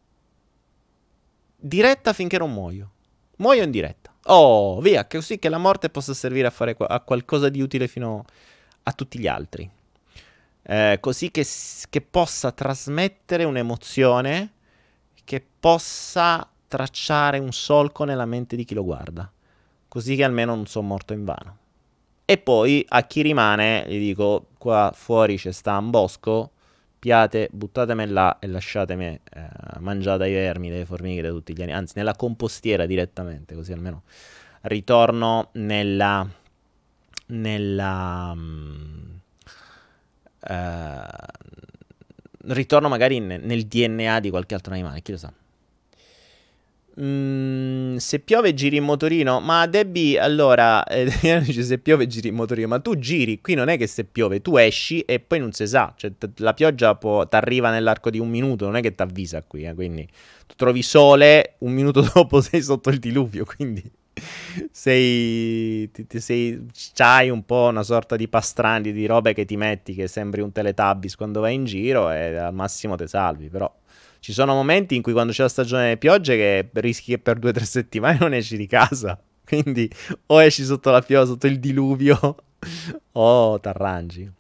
Diretta finché non muoio. Muoio in diretta. Oh, via, così che la morte possa servire a fare a qualcosa di utile fino a tutti gli altri. Così che possa trasmettere un'emozione, che possa tracciare un solco nella mente di chi lo guarda. Così che almeno non sono morto in vano. E poi a chi rimane gli dico, qua fuori c'è sta un bosco, piate, buttatemi là e lasciatemi mangiare dai vermi, dalle formiche, da tutti gli animali, anzi nella compostiera direttamente, così almeno ritorno nella eh, ritorno magari nel DNA di qualche altro animale, chi lo sa. Se piove giri in motorino, ma Debbie, allora, dice se piove giri in motorino, ma tu giri, qui non è che se piove, tu esci e poi non si sa, cioè la pioggia ti arriva nell'arco di un minuto, non è che ti avvisa qui, quindi tu trovi sole, un minuto dopo sei sotto il diluvio, quindi c'hai un po' una sorta di pastrandi, di robe che ti metti che sembri un Teletubbies quando vai in giro e al massimo te salvi, però ci sono momenti in cui quando c'è la stagione delle piogge che rischi che per 2 o 3 settimane non esci di casa. Quindi o esci sotto la pioggia, sotto il diluvio, o t'arrangi.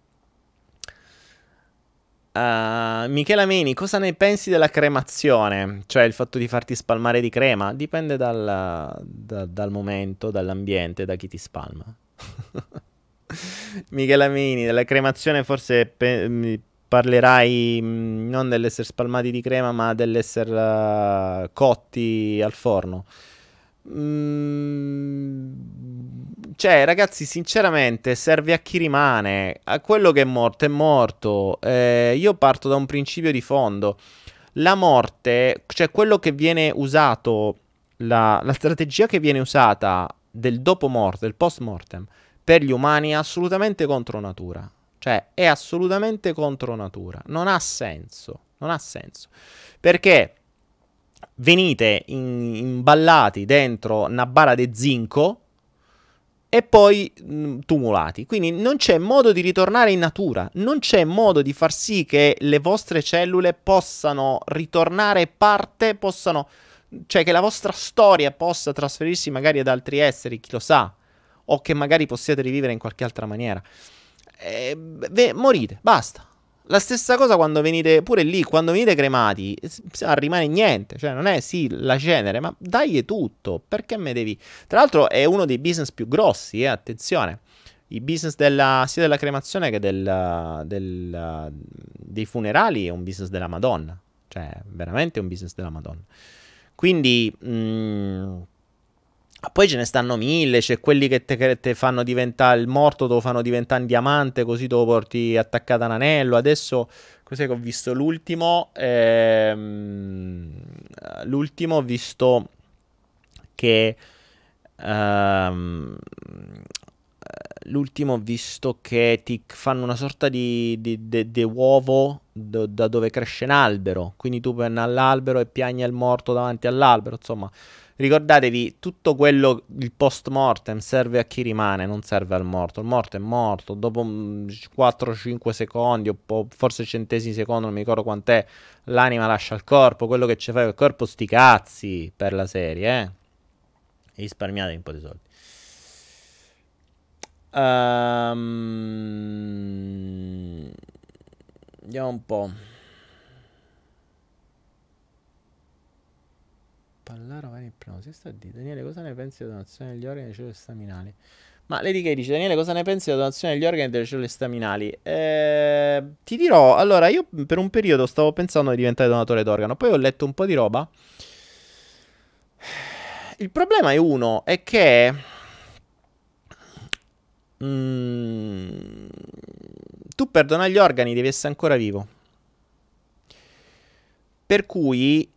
Michela Meni, cosa ne pensi della cremazione? Cioè il fatto di farti spalmare di crema? Dipende dal momento, dall'ambiente, da chi ti spalma. Michela Mini, della cremazione forse parlerai non dell'essere spalmati di crema, ma dell'essere cotti al forno. Mm, cioè, ragazzi, sinceramente, serve a chi rimane. A quello che è morto è morto. Io parto da un principio di fondo. La morte, cioè quello che viene usato, la strategia che viene usata del dopo morte, del post mortem, per gli umani è assolutamente contro natura. Cioè, è assolutamente contro natura. Non ha senso. Non ha senso. Perché venite imballati dentro una bara di zinco e poi tumulati. Quindi non c'è modo di ritornare in natura, non c'è modo di far sì che le vostre cellule possano ritornare parte, cioè che la vostra storia possa trasferirsi magari ad altri esseri, chi lo sa, o che magari possiate rivivere in qualche altra maniera. Morite, basta. La stessa cosa quando venite, pure lì, quando venite cremati, non rimane niente, cioè non è sì la cenere, ma dai tutto, perché me devi... Tra l'altro è uno dei business più grossi, attenzione, i business sia della cremazione che dei funerali è un business della Madonna, cioè veramente un business della Madonna. Quindi... poi ce ne stanno mille, c'è quelli che te fanno diventare il morto, te lo fanno diventare un diamante, così te lo porti attaccato a un anello. Adesso, cos'è che ho visto? L'ultimo ho visto che... ehm, l'ultimo ho visto che ti fanno una sorta di uovo da dove cresce un albero. Quindi tu penni all'albero e piagni il morto davanti all'albero. Insomma, ricordatevi, tutto quello, il post mortem serve a chi rimane, non serve al morto. Il morto è morto. Dopo 4-5 secondi, o forse centesimi secondo, non mi ricordo quant'è, l'anima lascia il corpo. Quello che ci fai col corpo, sti cazzi per la serie, eh. E risparmiate un po' di soldi. Vediamo un po'. Parlare vari ipnosi. Sta a dire, Daniele, cosa ne pensi della donazione degli organi ai cellule staminali? Ma Lady Kay dice: Daniele, cosa ne pensi della donazione degli organi e delle cellule staminali? Ti dirò, allora, io per un periodo stavo pensando di diventare donatore d'organo, poi ho letto un po' di roba. Il problema è uno, è che mm, tu per donare gli organi devi essere ancora vivo. Per cui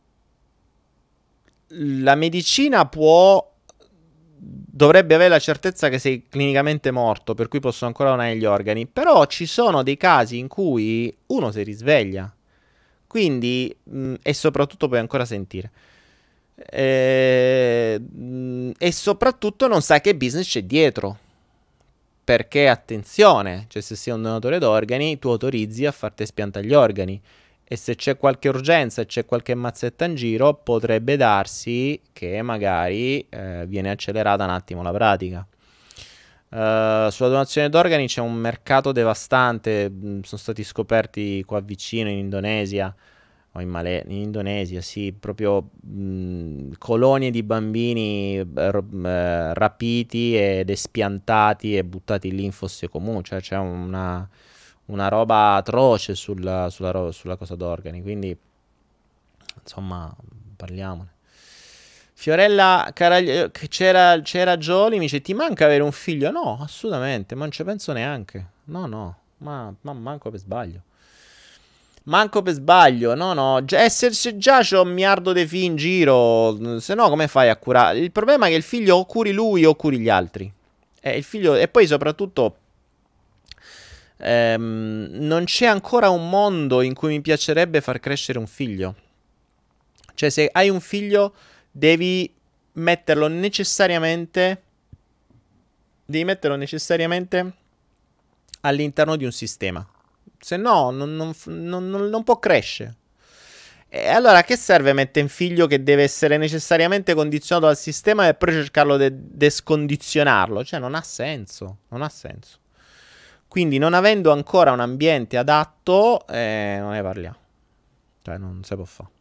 la medicina dovrebbe avere la certezza che sei clinicamente morto, per cui possono ancora donare gli organi. Però ci sono dei casi in cui uno si risveglia. Quindi, e soprattutto puoi ancora sentire. E soprattutto non sai che business c'è dietro. Perché attenzione, cioè se sei un donatore d'organi, tu autorizzi a farti espiantare gli organi. E se c'è qualche urgenza e c'è qualche mazzetta in giro, potrebbe darsi che magari viene accelerata un attimo la pratica. Sulla donazione d'organi c'è un mercato devastante. Sono stati scoperti qua vicino in Indonesia o in Indonesia, sì, proprio colonie di bambini rapiti ed espiantati e buttati lì in fosse comuni. Cioè c'è una roba atroce sulla cosa d'organi. Quindi, insomma, parliamone. Fiorella c'era Gioli, mi dice: Ti manca avere un figlio? No, assolutamente, ma non ci penso neanche. No, no, ma manco per sbaglio. Manco per sbaglio, no, no. Se già c'ho un miliardo di figli in giro, se no, come fai a curare? Il problema è che il figlio o curi lui o curi gli altri. Il figlio, e poi soprattutto. Non c'è ancora un mondo in cui mi piacerebbe far crescere un figlio. Cioè, se hai un figlio, devi metterlo necessariamente. Devi metterlo necessariamente all'interno di un sistema. Se no, non può crescere. E allora, a che serve mettere un figlio che deve essere necessariamente condizionato dal sistema e poi cercarlo di scondizionarlo? Cioè, non ha senso. Non ha senso. Quindi, non avendo ancora un ambiente adatto, non ne parliamo. Cioè, non si può fare.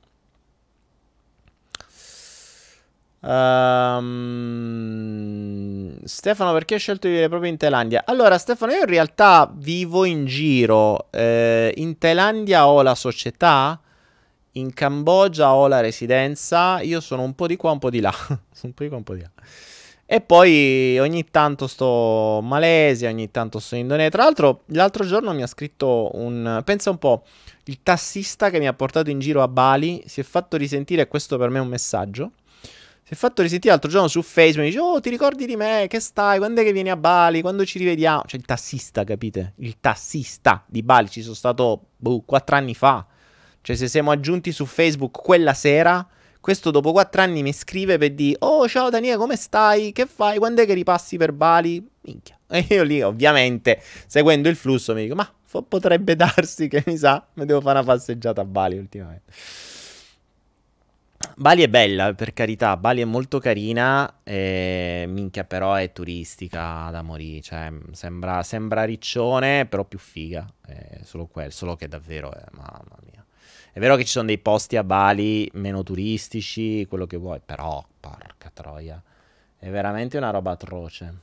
Stefano, perché hai scelto di vivere proprio in Thailandia? Allora, Stefano, io in realtà vivo in giro. In Thailandia ho la società, in Cambogia ho la residenza. Io sono un po' di qua, un po' di là. Sono un po' di qua, un po' di là. E poi ogni tanto sto in Malesia, ogni tanto sto in Indonesia. Tra l'altro, l'altro giorno mi ha scritto pensa un po', il tassista che mi ha portato in giro a Bali si è fatto risentire, e questo per me è un messaggio. Si è fatto risentire l'altro giorno su Facebook. Mi dice: Oh, ti ricordi di me? Che stai? Quando è che vieni a Bali? Quando ci rivediamo? Cioè, il tassista, capite? Il tassista di Bali. Ci sono stato 4 anni fa. Cioè, se siamo aggiunti su Facebook quella sera, questo dopo 4 anni mi scrive per dire: Oh, ciao Daniele, come stai? Che fai? Quando è che ripassi per Bali? Minchia. E io lì, ovviamente, seguendo il flusso, mi dico: Ma potrebbe darsi che mi sa, mi devo fare una passeggiata a Bali ultimamente. Bali è bella, per carità, Bali è molto carina, minchia però è turistica da morire, cioè sembra riccione, però più figa, solo quello, solo che davvero, mamma mia. È vero che ci sono dei posti a Bali meno turistici, quello che vuoi, però, porca troia, è veramente una roba atroce.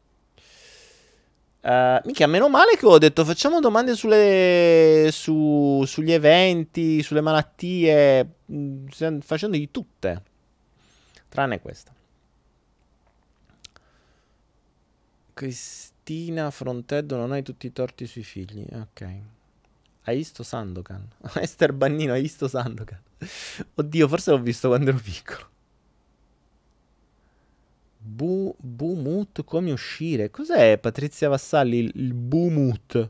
Mica, meno male che ho detto facciamo domande sugli eventi, sulle malattie, stiamo facendo di tutte, tranne questa. Cristina Fronteddo, non hai tutti i torti sui figli, ok. Hai visto Sandokan? Esther Bannino, hai visto Sandokan? Oddio, forse l'ho visto quando ero piccolo. Bumut, come uscire? Cos'è Patrizia Vassalli? Il Bumut.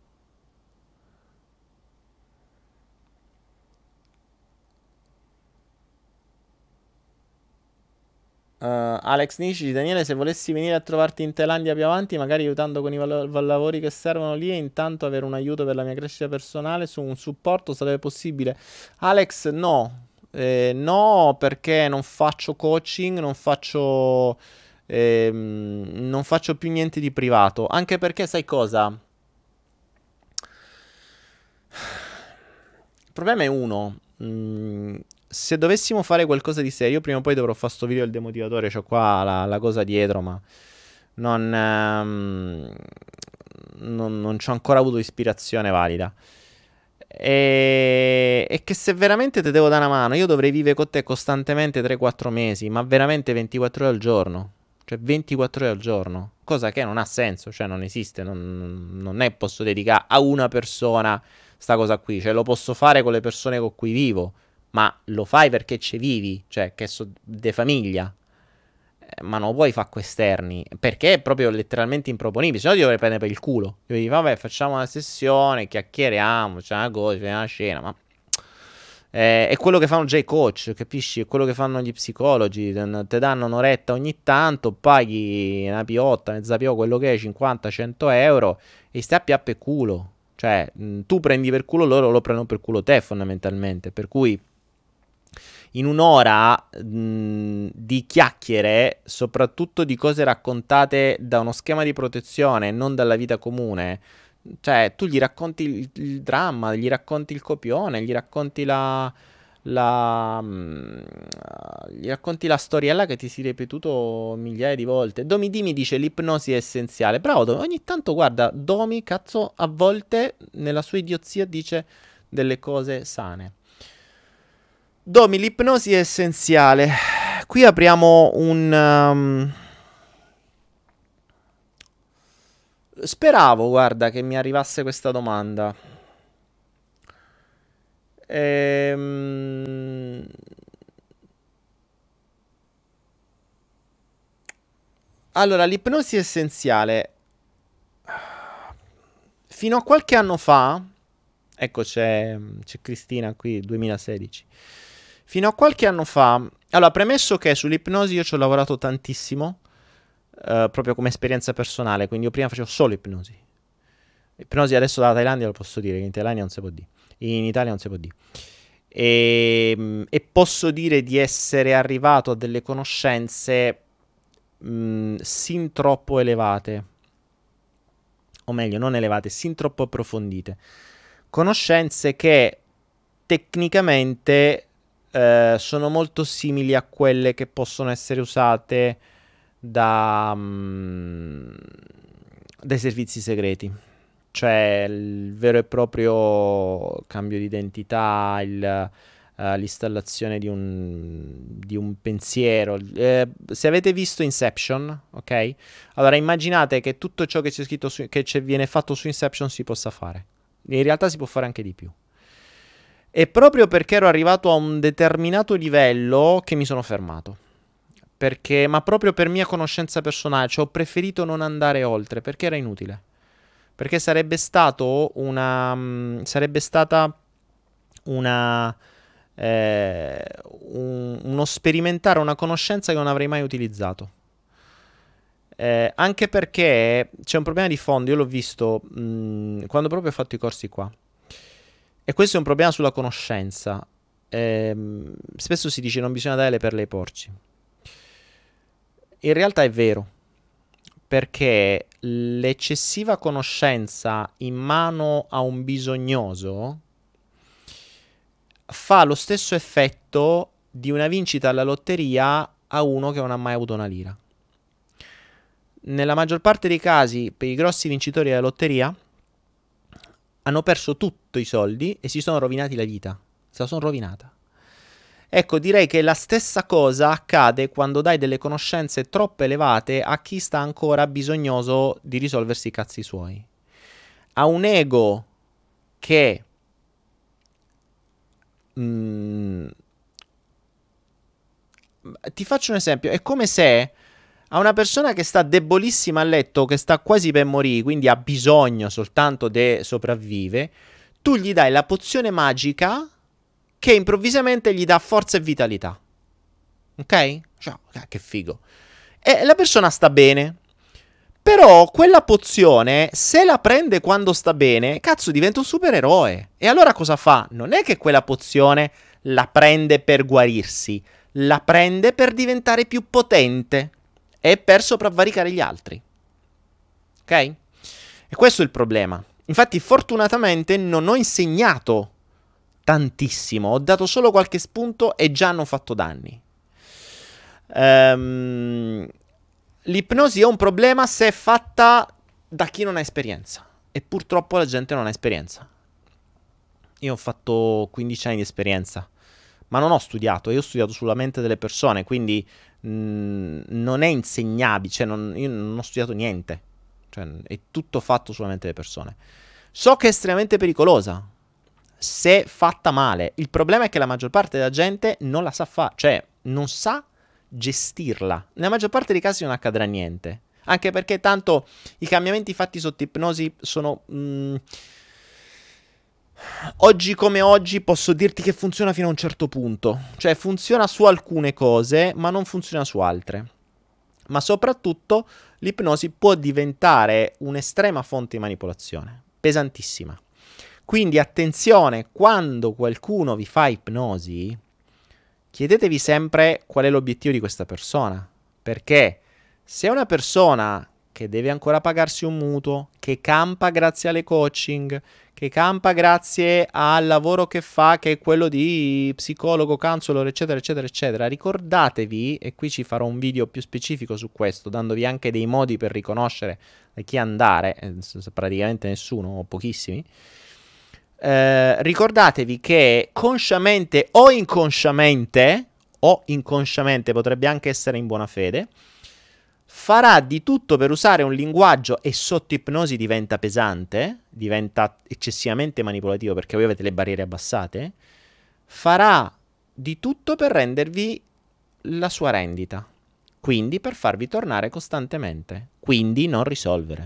Alex Nici, Daniele, se volessi venire a trovarti in Thailandia più avanti, magari aiutando con i lavori che servono lì e intanto avere un aiuto per la mia crescita personale, su un supporto sarebbe possibile? Alex, no. No, perché non faccio coaching, non faccio più niente di privato. Anche perché, sai cosa? Il problema è uno. Se dovessimo fare qualcosa di serio, prima o poi dovrò fare sto video del demotivatore. C'ho qua la cosa dietro, ma non ci ho ancora avuto ispirazione valida. E che se veramente te devo dare una mano, io dovrei vivere con te costantemente 3-4 mesi, ma veramente 24 ore al giorno. Cioè 24 ore al giorno, cosa che non ha senso, cioè non esiste, non è posso dedicare a una persona sta cosa qui, cioè lo posso fare con le persone con cui vivo, ma lo fai perché ci vivi, cioè che so de famiglia. Ma non puoi fare esterni perché è proprio letteralmente improponibile. Se no, ti dovrei prendere per il culo. Io dico, vabbè, facciamo una sessione, chiacchieriamo, c'è una cosa, c'è una scena. Ma è quello che fanno già i coach, capisci? È quello che fanno gli psicologi. Ti danno un'oretta ogni tanto, paghi una piotta, mezza piotta, quello che è, 50-100 euro, e stai a piappe culo. Cioè, tu prendi per culo loro, lo prendono per culo te, fondamentalmente. Per cui in un'ora di chiacchiere, soprattutto di cose raccontate da uno schema di protezione, non dalla vita comune, cioè tu gli racconti il dramma, gli racconti il copione, la, mm, gli racconti la storiella che ti si è ripetuto migliaia di volte. Domi mi dice l'ipnosi è essenziale. Bravo Domi, ogni tanto guarda, Domi, cazzo, a volte nella sua idiozia dice delle cose sane. Domi, l'ipnosi è essenziale. Qui apriamo speravo, guarda, che mi arrivasse questa domanda. Ehm... Allora, l'ipnosi è essenziale. Fino a qualche anno fa, ecco c'è Cristina qui, 2016. Fino a qualche anno fa, allora premesso che sull'ipnosi io ci ho lavorato tantissimo, proprio come esperienza personale, quindi io prima facevo solo ipnosi. Ipnosi adesso dalla Thailandia lo posso dire, che in Thailandia non si può dire, in Italia non si può dire. E posso dire di essere arrivato a delle conoscenze sin troppo elevate, o meglio, non elevate, sin troppo approfondite. Conoscenze che tecnicamente sono molto simili a quelle che possono essere usate dai servizi segreti. Cioè il vero e proprio cambio di identità, l'installazione di un pensiero. Se avete visto Inception, ok? Allora immaginate che tutto ciò che c'è scritto viene fatto su Inception si possa fare. In realtà si può fare anche di più. E proprio perché ero arrivato a un determinato livello che mi sono fermato. Perché, ma proprio per mia conoscenza personale, cioè ho preferito non andare oltre perché era inutile. Perché sarebbe stata una uno sperimentare una conoscenza che non avrei mai utilizzato. Anche perché c'è un problema di fondo, io l'ho visto quando proprio ho fatto i corsi qua. E questo è un problema sulla conoscenza. Spesso si dice non bisogna dare le perle ai porci. In realtà è vero, perché l'eccessiva conoscenza in mano a un bisognoso fa lo stesso effetto di una vincita alla lotteria a uno che non ha mai avuto una lira. Nella maggior parte dei casi, per i grossi vincitori della lotteria, hanno perso tutti i soldi e si sono rovinati la vita. Se la sono rovinata. Ecco, direi che la stessa cosa accade quando dai delle conoscenze troppo elevate a chi sta ancora bisognoso di risolversi i cazzi suoi. Ha un ego che ti faccio un esempio, è come se a una persona che sta debolissima a letto, che sta quasi per morire, quindi ha bisogno soltanto di sopravvive, tu gli dai la pozione magica che improvvisamente gli dà forza e vitalità. Ok? Cioè, che figo. E la persona sta bene. Però quella pozione, se la prende quando sta bene, cazzo diventa un supereroe. E allora cosa fa? Non è che quella pozione la prende per guarirsi, la prende per diventare più potente e per sopravvaricare gli altri. Ok? E questo è il problema. Infatti, fortunatamente non ho insegnato tantissimo, ho dato solo qualche spunto e già hanno fatto danni. L'ipnosi è un problema se è fatta da chi non ha esperienza. E purtroppo la gente non ha esperienza. Io ho fatto 15 anni di esperienza, ma non ho studiato, io ho studiato sulla mente delle persone, quindi non è insegnabile, cioè io non ho studiato niente, cioè è tutto fatto sulla mente delle persone. So che è estremamente pericolosa, se fatta male. Il problema è che la maggior parte della gente non la sa fare, cioè non sa gestirla. Nella maggior parte dei casi non accadrà niente, anche perché tanto i cambiamenti fatti sotto ipnosi sono... oggi come oggi posso dirti che funziona fino a un certo punto. Cioè funziona su alcune cose, ma non funziona su altre. Ma soprattutto l'ipnosi può diventare un'estrema fonte di manipolazione, pesantissima. Quindi attenzione, quando qualcuno vi fa ipnosi, chiedetevi sempre qual è l'obiettivo di questa persona. Perché se è una persona che deve ancora pagarsi un mutuo, che campa grazie alle coaching, che campa grazie al lavoro che fa, che è quello di psicologo, counselor, eccetera, eccetera, eccetera, ricordatevi, e qui ci farò un video più specifico su questo, dandovi anche dei modi per riconoscere da chi andare, praticamente nessuno o pochissimi, ricordatevi che consciamente o inconsciamente, potrebbe anche essere in buona fede, farà di tutto per usare un linguaggio, e sotto ipnosi diventa pesante, diventa eccessivamente manipolativo perché voi avete le barriere abbassate, farà di tutto per rendervi la sua rendita, quindi per farvi tornare costantemente, quindi non risolvere,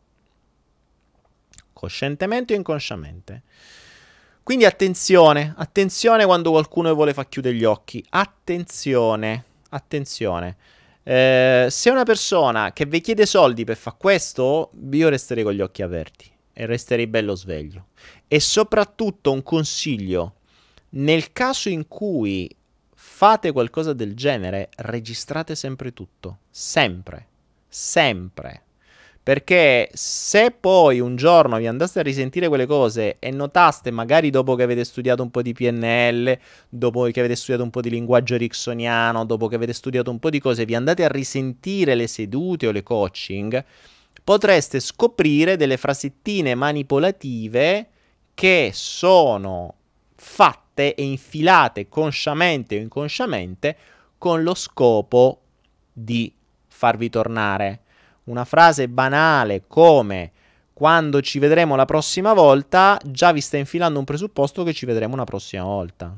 coscientemente o inconsciamente. Quindi attenzione, attenzione quando qualcuno vuole far chiudere gli occhi, attenzione, attenzione. Se una persona che vi chiede soldi per fare questo, io resterei con gli occhi aperti e resterei bello sveglio. E soprattutto un consiglio: nel caso in cui fate qualcosa del genere, registrate sempre tutto, sempre, sempre. Perché se poi un giorno vi andaste a risentire quelle cose e notaste, magari dopo che avete studiato un po' di PNL, dopo che avete studiato un po' di linguaggio ericksoniano, dopo che avete studiato un po' di cose, vi andate a risentire le sedute o le coaching, potreste scoprire delle frasettine manipolative che sono fatte e infilate consciamente o inconsciamente con lo scopo di farvi tornare. Una frase banale come quando ci vedremo la prossima volta già vi sta infilando un presupposto che ci vedremo una prossima volta.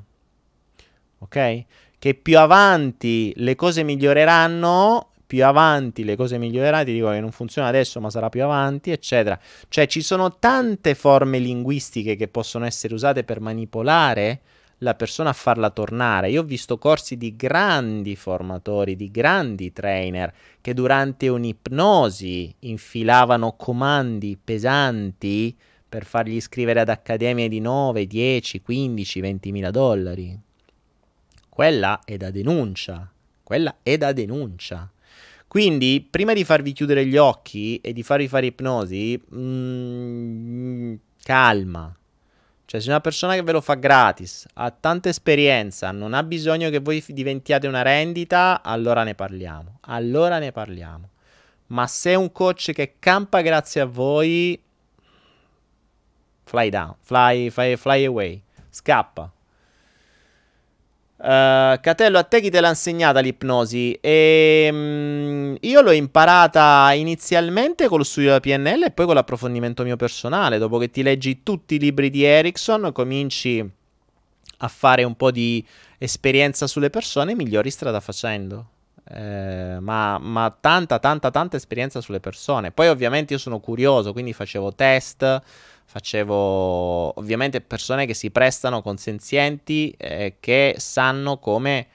Ok? Che più avanti le cose miglioreranno, ti dico che non funziona adesso ma sarà più avanti, eccetera. Cioè ci sono tante forme linguistiche che possono essere usate per manipolare la persona a farla tornare. Io ho visto corsi di grandi formatori, di grandi trainer che durante un'ipnosi infilavano comandi pesanti per fargli iscrivere ad accademie di 9, 10, 15, 20 mila dollari. Quella è da denuncia. Quella è da denuncia. Quindi, prima di farvi chiudere gli occhi e di farvi fare ipnosi, calma. Cioè, se una persona che ve lo fa gratis, ha tanta esperienza, non ha bisogno che voi diventiate una rendita, allora ne parliamo. Allora ne parliamo. Ma se è un coach che campa grazie a voi, fly down, fly away, scappa. Catello, a te chi te l'ha insegnata l'ipnosi? Io l'ho imparata inizialmente con lo studio della PNL e poi con l'approfondimento mio personale. Dopo che ti leggi tutti i libri di Erickson, cominci a fare un po' di esperienza sulle persone, migliori strada facendo. Ma tanta esperienza sulle persone. Poi ovviamente io sono curioso, quindi facevo test, facevo ovviamente persone che si prestano, consenzienti, che sanno come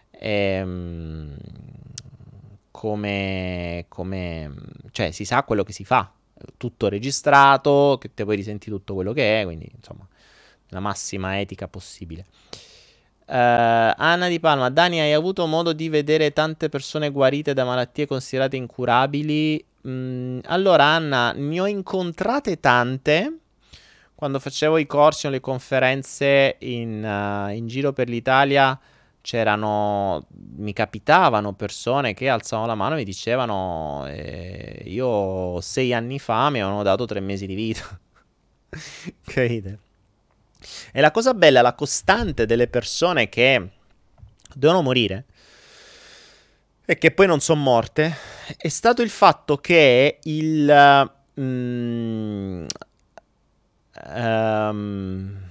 cioè si sa quello che si fa, tutto registrato, che te poi risenti tutto quello che è, quindi insomma la massima etica possibile. Anna Di Palma: Dani, hai avuto modo di vedere tante persone guarite da malattie considerate incurabili? Allora Anna, ne ho incontrate tante quando facevo i corsi o le conferenze in giro per l'Italia. mi capitavano persone che alzavano la mano e mi dicevano, io 6 anni fa mi avevano dato 3 mesi di vita. Capite? E la cosa bella, la costante delle persone che devono morire e che poi non sono morte, è stato il fatto che mm, ehm,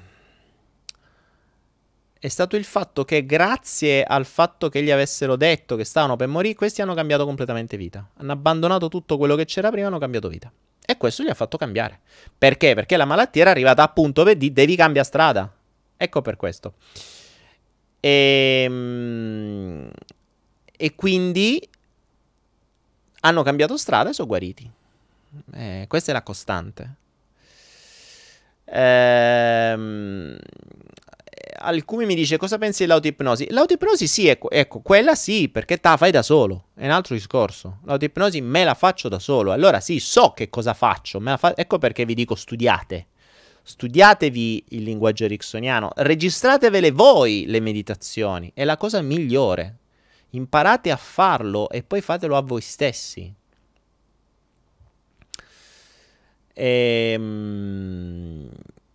è stato il fatto che grazie al fatto che gli avessero detto che stavano per morire, questi hanno cambiato completamente vita. Hanno abbandonato tutto quello che c'era prima e hanno cambiato vita. E questo gli ha fatto cambiare. Perché? Perché la malattia era arrivata appunto per dire devi cambiare strada. Ecco per questo. E, e quindi hanno cambiato strada e sono guariti. Questa è la costante. Ehm, Alcuni mi dice cosa pensi dell'autoipnosi? L'autoipnosi sì, ecco, quella sì, perché te la fai da solo. È un altro discorso. L'autoipnosi me la faccio da solo. Allora sì, so che cosa faccio. Ecco perché vi dico studiate. Studiatevi il linguaggio ericksoniano. Registratevele voi le meditazioni. È la cosa migliore. Imparate a farlo e poi fatelo a voi stessi. Ehm...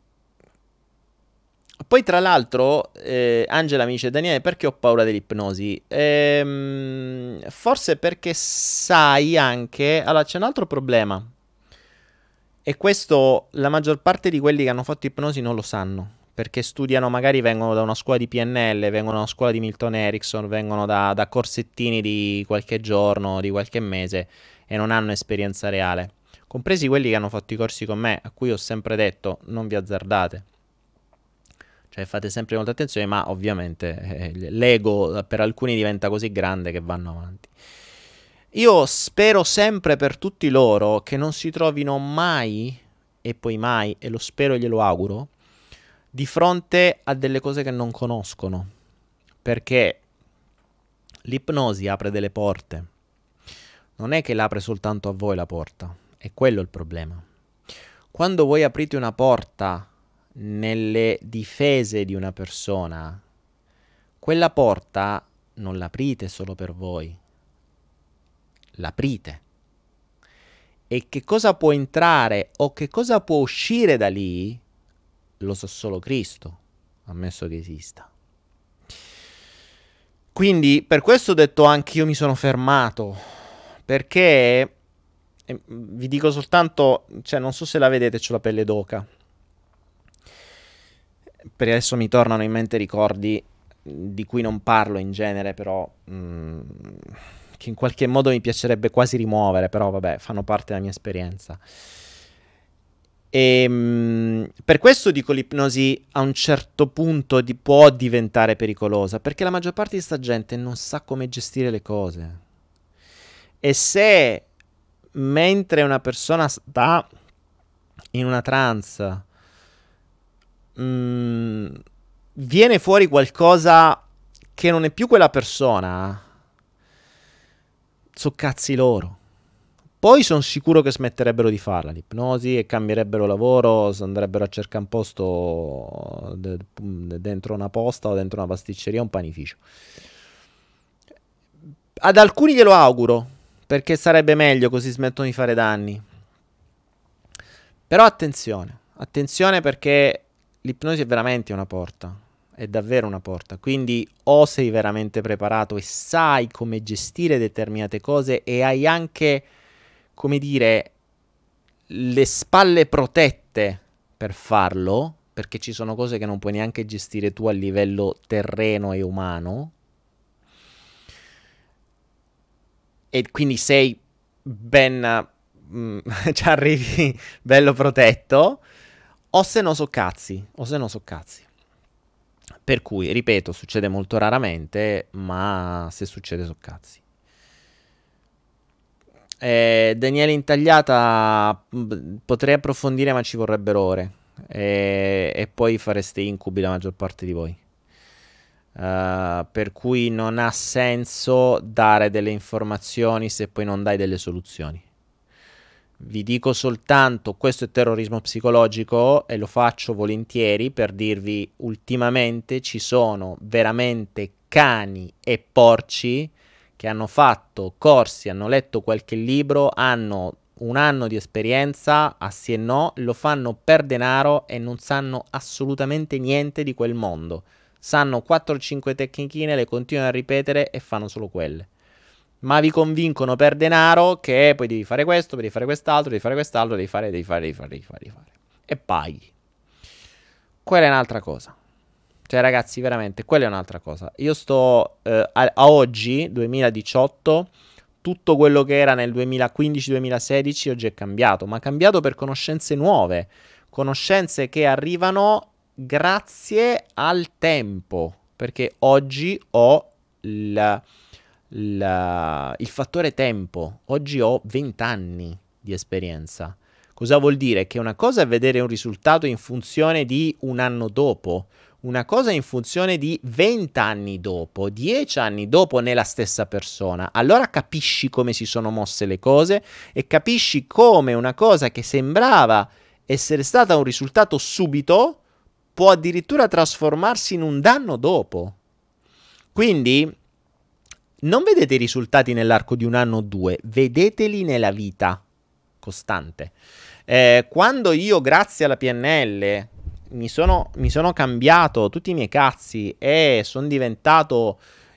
Poi, tra l'altro, Angela mi dice: Daniele, perché ho paura dell'ipnosi? Forse perché sai anche. Allora, c'è un altro problema. E questo la maggior parte di quelli che hanno fatto ipnosi non lo sanno. Perché studiano, magari vengono da una scuola di PNL, vengono da una scuola di Milton Erickson, vengono da corsettini di qualche giorno, di qualche mese e non hanno esperienza reale. Compresi quelli che hanno fatto i corsi con me, a cui ho sempre detto: non vi azzardate. Cioè fate sempre molta attenzione, ma ovviamente l'ego per alcuni diventa così grande che vanno avanti. Io spero sempre per tutti loro che non si trovino mai, e poi mai, e lo spero e glielo auguro, di fronte a delle cose che non conoscono. Perché l'ipnosi apre delle porte. Non è che l'apre soltanto a voi la porta, è quello il problema. Quando voi aprite una porta nelle difese di una persona, quella porta non l'aprite solo per voi, l'aprite. E che cosa può entrare o che cosa può uscire da lì, lo sa solo Cristo, ammesso che esista. Quindi per questo ho detto anche io mi sono fermato, perché vi dico soltanto, cioè non so se la vedete, c'ho la pelle d'oca. Per adesso mi tornano in mente ricordi di cui non parlo in genere, però che in qualche modo mi piacerebbe quasi rimuovere, però vabbè, fanno parte della mia esperienza. E per questo dico l'ipnosi a un certo punto può diventare pericolosa, perché la maggior parte di sta gente non sa come gestire le cose. E se mentre una persona sta in una trance viene fuori qualcosa che non è più quella persona, so cazzi loro. Poi sono sicuro che smetterebbero di farla l'ipnosi e cambierebbero lavoro, andrebbero a cercare un posto dentro una posta o dentro una pasticceria o un panificio. Ad alcuni glielo auguro, perché sarebbe meglio, così smettono di fare danni. Però attenzione perché l'ipnosi è veramente una porta, è davvero una porta. Quindi o sei veramente preparato e sai come gestire determinate cose e hai anche, come dire, le spalle protette per farlo, perché ci sono cose che non puoi neanche gestire tu a livello terreno e umano, e quindi sei ben ci arrivi bello protetto, o se no so cazzi, per cui ripeto, succede molto raramente, ma se succede so cazzi. Daniele Intagliata, potrei approfondire ma ci vorrebbero ore, e poi fareste incubi la maggior parte di voi. Per cui non ha senso dare delle informazioni se poi non dai delle soluzioni. Vi dico soltanto, questo è terrorismo psicologico e lo faccio volentieri per dirvi, ultimamente ci sono veramente cani e porci che hanno fatto corsi, hanno letto qualche libro, hanno un anno di esperienza, a sì e no, lo fanno per denaro e non sanno assolutamente niente di quel mondo. Sanno 4-5 tecnichine, le continuano a ripetere e fanno solo quelle. Ma vi convincono per denaro che poi devi fare questo, devi fare quest'altro, devi fare quest'altro, devi fare. E paghi. Quella è un'altra cosa. Cioè, ragazzi, veramente, quella è un'altra cosa. Io sto a oggi, 2018, tutto quello che era nel 2015-2016 oggi è cambiato, ma cambiato per conoscenze nuove, conoscenze che arrivano grazie al tempo, perché oggi ho il fattore tempo. Oggi ho 20 anni di esperienza. Cosa vuol dire? Che una cosa è vedere un risultato in funzione di un anno dopo, una cosa in funzione di 20 anni dopo, 10 anni dopo nella stessa persona. Allora capisci come si sono mosse le cose e capisci come una cosa che sembrava essere stata un risultato subito può addirittura trasformarsi in un danno dopo. Quindi non vedete i risultati nell'arco di un anno o due, vedeteli nella vita costante. Quando io, grazie alla PNL, mi sono cambiato tutti i miei cazzi e sono diventato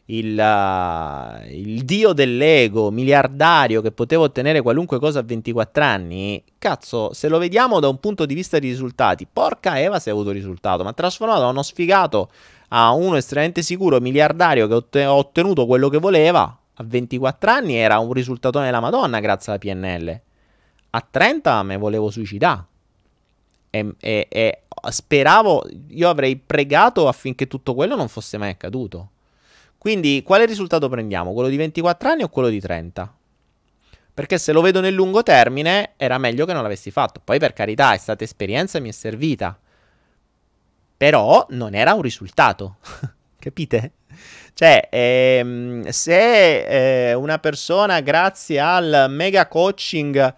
il dio dell'ego, miliardario, che potevo ottenere qualunque cosa a 24 anni, cazzo, se lo vediamo da un punto di vista di risultati, porca Eva se ha avuto risultato, ma trasformato da uno sfigato a uno estremamente sicuro, miliardario, che ha ottenuto quello che voleva, a 24 anni era un risultatone della Madonna grazie alla PNL. A 30 me volevo suicidare. E speravo, io avrei pregato affinché tutto quello non fosse mai accaduto. Quindi, quale risultato prendiamo? Quello di 24 anni o quello di 30? Perché se lo vedo nel lungo termine, era meglio che non l'avessi fatto. Poi, per carità, è stata esperienza e mi è servita. Però non era un risultato. Capite? Cioè, se una persona, grazie al mega coaching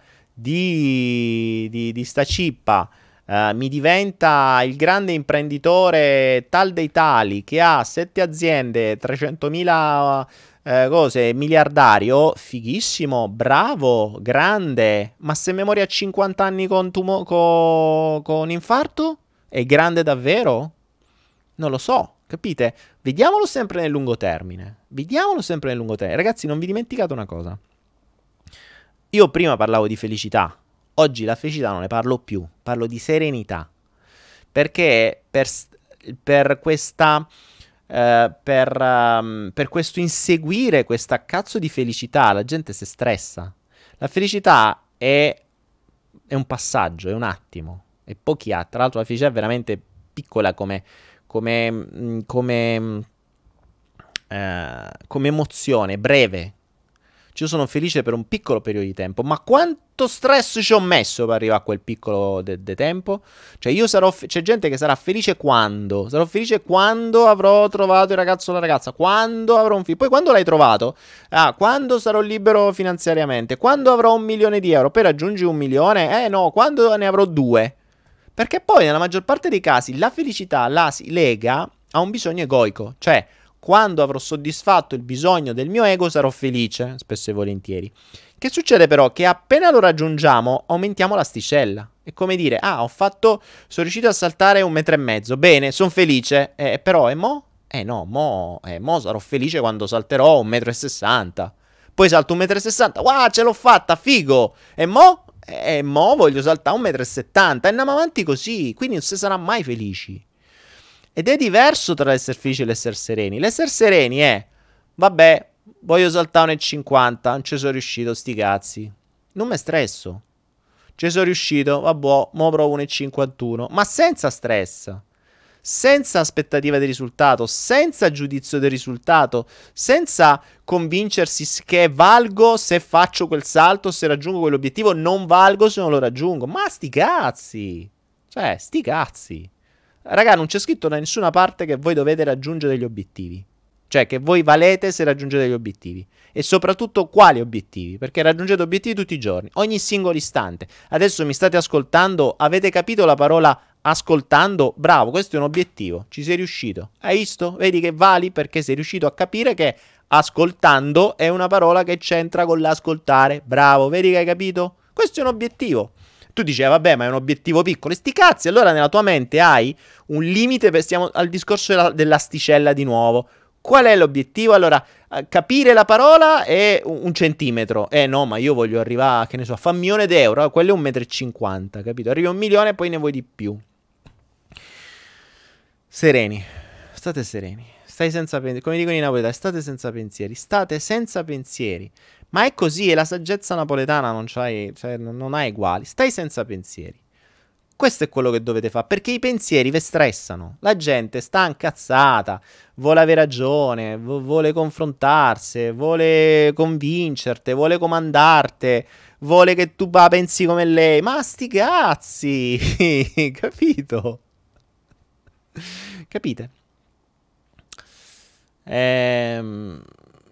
di sta cippa, mi diventa il grande imprenditore tal dei tali che ha 7 aziende, 300.000 cose, miliardario, fighissimo, bravo, grande. Ma se mi muori a 50 anni con infarto? È grande davvero? Non lo so, capite? Vediamolo sempre nel lungo termine. Vediamolo sempre nel lungo termine. Ragazzi, non vi dimenticate una cosa. Io prima parlavo di felicità. Oggi la felicità non ne parlo più. Parlo di serenità. Perché per questa... per questo inseguire questa cazzo di felicità la gente si stressa. La felicità è un passaggio, è un attimo. E pochi attimi. Tra l'altro la felicità è veramente piccola come emozione, breve. Io sono felice per un piccolo periodo di tempo, ma quanto stress ci ho messo per arrivare a quel piccolo de tempo? Cioè io c'è gente che sarà felice quando? Sarò felice quando avrò trovato il ragazzo o la ragazza, quando avrò un figlio. Poi quando l'hai trovato? Ah, quando sarò libero finanziariamente, quando avrò 1 milione di euro. Poi raggiungi 1 milione? No, quando ne avrò 2. Perché poi nella maggior parte dei casi la felicità la si lega a un bisogno egoico, cioè quando avrò soddisfatto il bisogno del mio ego sarò felice, spesso e volentieri. Che succede però? Che appena lo raggiungiamo aumentiamo l'asticella. È come dire, sono riuscito a saltare 1,5 metri, bene, sono felice, però e mo? No, mo sarò felice quando salterò 1,60 m. Poi salto 1,60 m, wow, ce l'ho fatta, figo! E mo voglio saltare 1,70 m e andiamo avanti così, quindi non si sarà mai felici. Ed è diverso tra l'essere felici e l'essere sereni. L'essere sereni è, vabbè, voglio saltare 1,50 m, non ci sono riuscito, sti cazzi. Non mi stresso. Ci sono riuscito, vabbè, mo provo 1,51 m, ma senza stress. Senza aspettativa di risultato, senza giudizio del risultato, senza convincersi che valgo se faccio quel salto, se raggiungo quell'obiettivo, non valgo se non lo raggiungo. Ma sti cazzi! Cioè, sti cazzi! Raga, non c'è scritto da nessuna parte che voi dovete raggiungere degli obiettivi. Cioè che voi valete se raggiungete gli obiettivi. E soprattutto quali obiettivi? Perché raggiungete obiettivi tutti i giorni, ogni singolo istante. Adesso mi state ascoltando, avete capito la parola ascoltando? Bravo, questo è un obiettivo, ci sei riuscito. Hai visto? Vedi che vali perché sei riuscito a capire che ascoltando è una parola che c'entra con l'ascoltare. Bravo, vedi che hai capito? Questo è un obiettivo. Tu dici, vabbè, ma è un obiettivo piccolo. E sti cazzi, allora nella tua mente hai un limite, stiamo al discorso dell'asticella di nuovo. Qual è l'obiettivo? Allora, capire la parola è un centimetro. No, ma io voglio arrivare, che ne so, a fare 1.000.000 euro. Quello è 1,50 m, capito? Arrivi a 1.000.000 e poi ne vuoi di più. Sereni. State sereni. Stai senza pensieri. Come dicono i napoletani, state senza pensieri. State senza pensieri. Ma è così, è la saggezza napoletana, non c'hai, cioè, non hai uguali. Stai senza pensieri. Questo è quello che dovete fare, perché i pensieri vi stressano. La gente sta incazzata, vuole avere ragione, vuole confrontarsi, vuole convincerti, vuole comandarti, vuole che tu pensi come lei. Ma sti cazzi, capito? Capite? Ehm...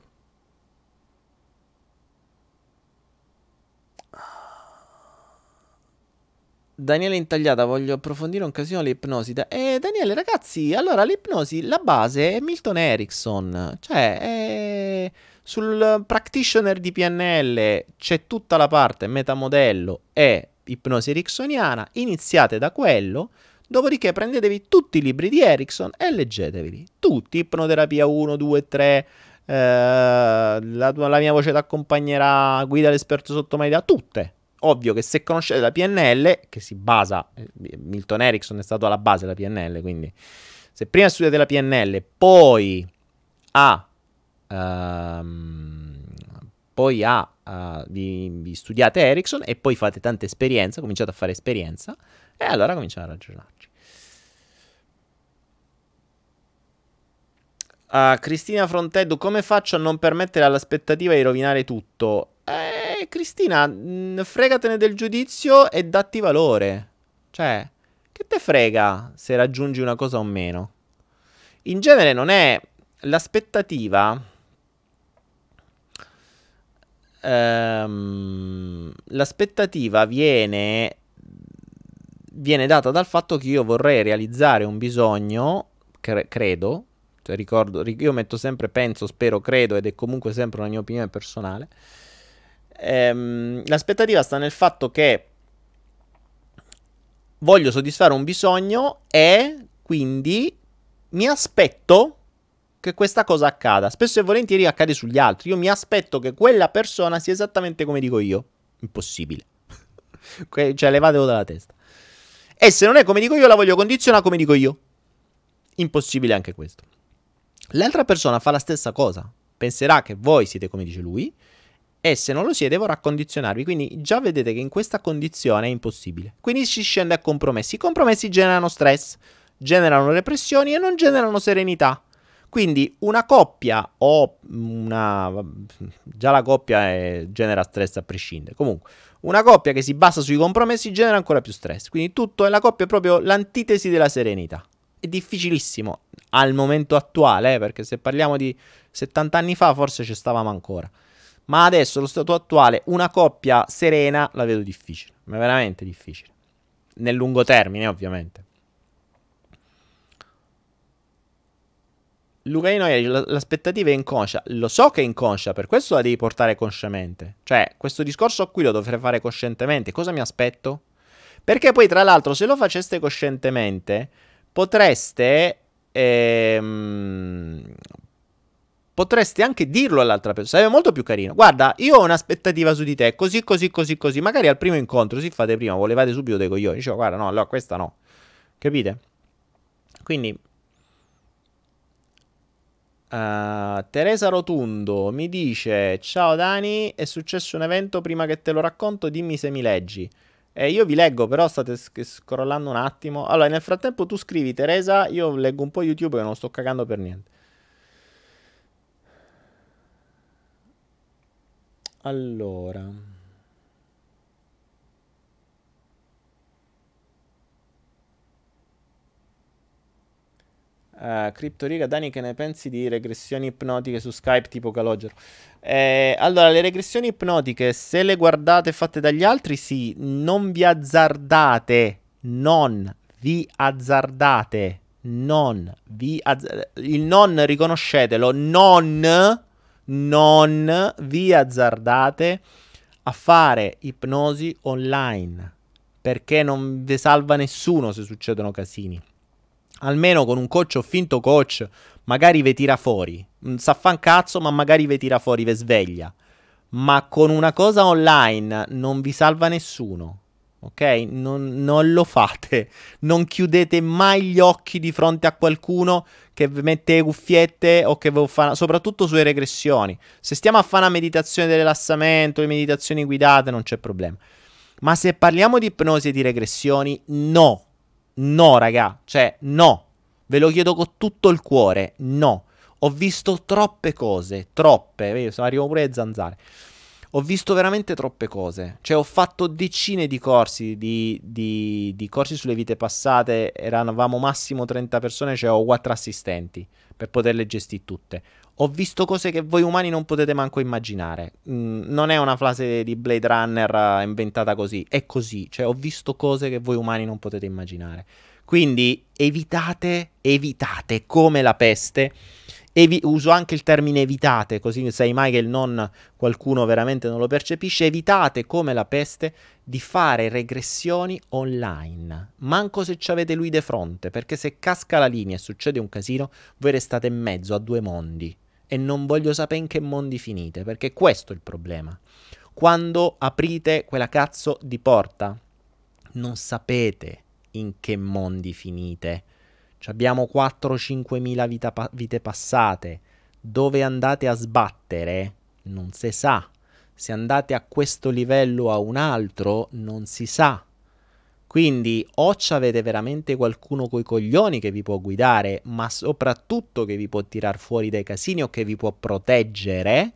Daniele Intagliata, voglio approfondire un casino l'ipnosi. Daniele, ragazzi, allora l'ipnosi, la base è Milton Erickson. Cioè, sul practitioner di PNL c'è tutta la parte metamodello e ipnosi ericksoniana. Iniziate da quello. Dopodiché prendetevi tutti i libri di Erickson e leggeteveli. Tutti, ipnoterapia 1, 2, 3, la mia voce ti accompagnerà, guida l'esperto sotto maila, tutte. Ovvio che se conoscete la PNL, che si basa, Milton Erickson è stato alla base della PNL, quindi se prima studiate la PNL, vi studiate Erickson e poi fate tanta esperienza, cominciate a fare esperienza e allora cominciate a ragionarci. Cristina Frontedo, come faccio a non permettere all'aspettativa di rovinare tutto? Cristina, fregatene del giudizio e datti valore. Cioè, che te frega se raggiungi una cosa o meno? In genere non è l'aspettativa. L'aspettativa viene data dal fatto che io vorrei realizzare un bisogno, credo. Cioè, ricordo, io metto sempre penso, spero, credo, ed è comunque sempre una mia opinione personale. L'aspettativa sta nel fatto che voglio soddisfare un bisogno e quindi mi aspetto che questa cosa accada. Spesso e volentieri accade sugli altri. Io mi aspetto che quella persona sia esattamente come dico io. Impossibile. Cioè, levatevo dalla testa. E se non è come dico io, la voglio condizionare come dico io. Impossibile anche questo. L'altra persona fa la stessa cosa. Penserà che voi siete come dice lui. E se non lo siete vorrà condizionarvi. Quindi già vedete che in questa condizione è impossibile. Quindi si scende a compromessi. I compromessi generano stress, generano repressioni e non generano serenità. Quindi una coppia o una... già la coppia genera stress a prescindere. Comunque, una coppia che si basa sui compromessi genera ancora più stress. Quindi tutto è la coppia è proprio l'antitesi della serenità. È difficilissimo al momento attuale, perché se parliamo di 70 anni fa forse ci stavamo ancora. Ma adesso, allo stato attuale, una coppia serena la vedo difficile. Ma veramente difficile. Nel lungo termine, ovviamente. Lucaino, l'aspettativa è inconscia. Lo so che è inconscia, per questo la devi portare consciamente. Cioè, questo discorso qui lo dovrei fare coscientemente. Cosa mi aspetto? Perché poi, tra l'altro, se lo faceste coscientemente, potreste anche dirlo all'altra persona. Sarebbe molto più carino. Guarda, io ho un'aspettativa su di te, così, così, così, così. Magari al primo incontro, si fate prima, volevate subito dei coglioni. Dicevo, guarda, no, allora questa no. Capite? Quindi, Teresa Rotundo mi dice: ciao Dani, è successo un evento, prima che te lo racconto dimmi se mi leggi. Io vi leggo, però state scrollando un attimo. Allora, nel frattempo tu scrivi Teresa, io leggo un po' YouTube che non sto cagando per niente. Allora, Cryptoriga, Dani, che ne pensi di regressioni ipnotiche su Skype tipo Calogero? Allora, le regressioni ipnotiche, se le guardate fatte dagli altri, sì, non vi azzardate, non vi azzardate, non vi azzardate, il non riconoscetelo, non vi azzardate a fare ipnosi online, perché non vi salva nessuno se succedono casini. Almeno con un coach o finto coach, magari ve tira fuori. Sa fa un cazzo, ma magari ve tira fuori, ve sveglia. Ma con una cosa online non vi salva nessuno. Ok? Non lo fate. Non chiudete mai gli occhi di fronte a qualcuno che vi mette le cuffiette o che vi fa. Soprattutto sulle regressioni. Se stiamo a fare una meditazione di rilassamento, le meditazioni guidate, non c'è problema. Ma se parliamo di ipnosi e di regressioni, no. No, raga. Cioè, no. Ve lo chiedo con tutto il cuore. No. Ho visto troppe cose. Troppe. Io arrivo pure alle zanzare. Ho visto veramente troppe cose. Cioè, ho fatto decine di corsi, di corsi sulle vite passate. Eravamo massimo 30 persone, cioè ho 4 assistenti per poterle gestire tutte. Ho visto cose che voi umani non potete manco immaginare. Non è una frase di Blade Runner inventata così. È così. Cioè, ho visto cose che voi umani non potete immaginare. Quindi evitate come la peste. Uso anche il termine evitate, così sai mai che il non qualcuno veramente non lo percepisce. Evitate come la peste di fare regressioni online. Manco se ci avete lui de fronte, perché se casca la linea e succede un casino, voi restate in mezzo a due mondi. E non voglio sapere in che mondi finite, perché questo è il problema. Quando aprite quella cazzo di porta, non sapete in che mondi finite. Abbiamo 4-5 mila vite passate. Dove andate a sbattere? Non si sa. Se andate a questo livello o a un altro, non si sa. Quindi o avete veramente qualcuno coi coglioni che vi può guidare, ma soprattutto che vi può tirar fuori dai casini o che vi può proteggere,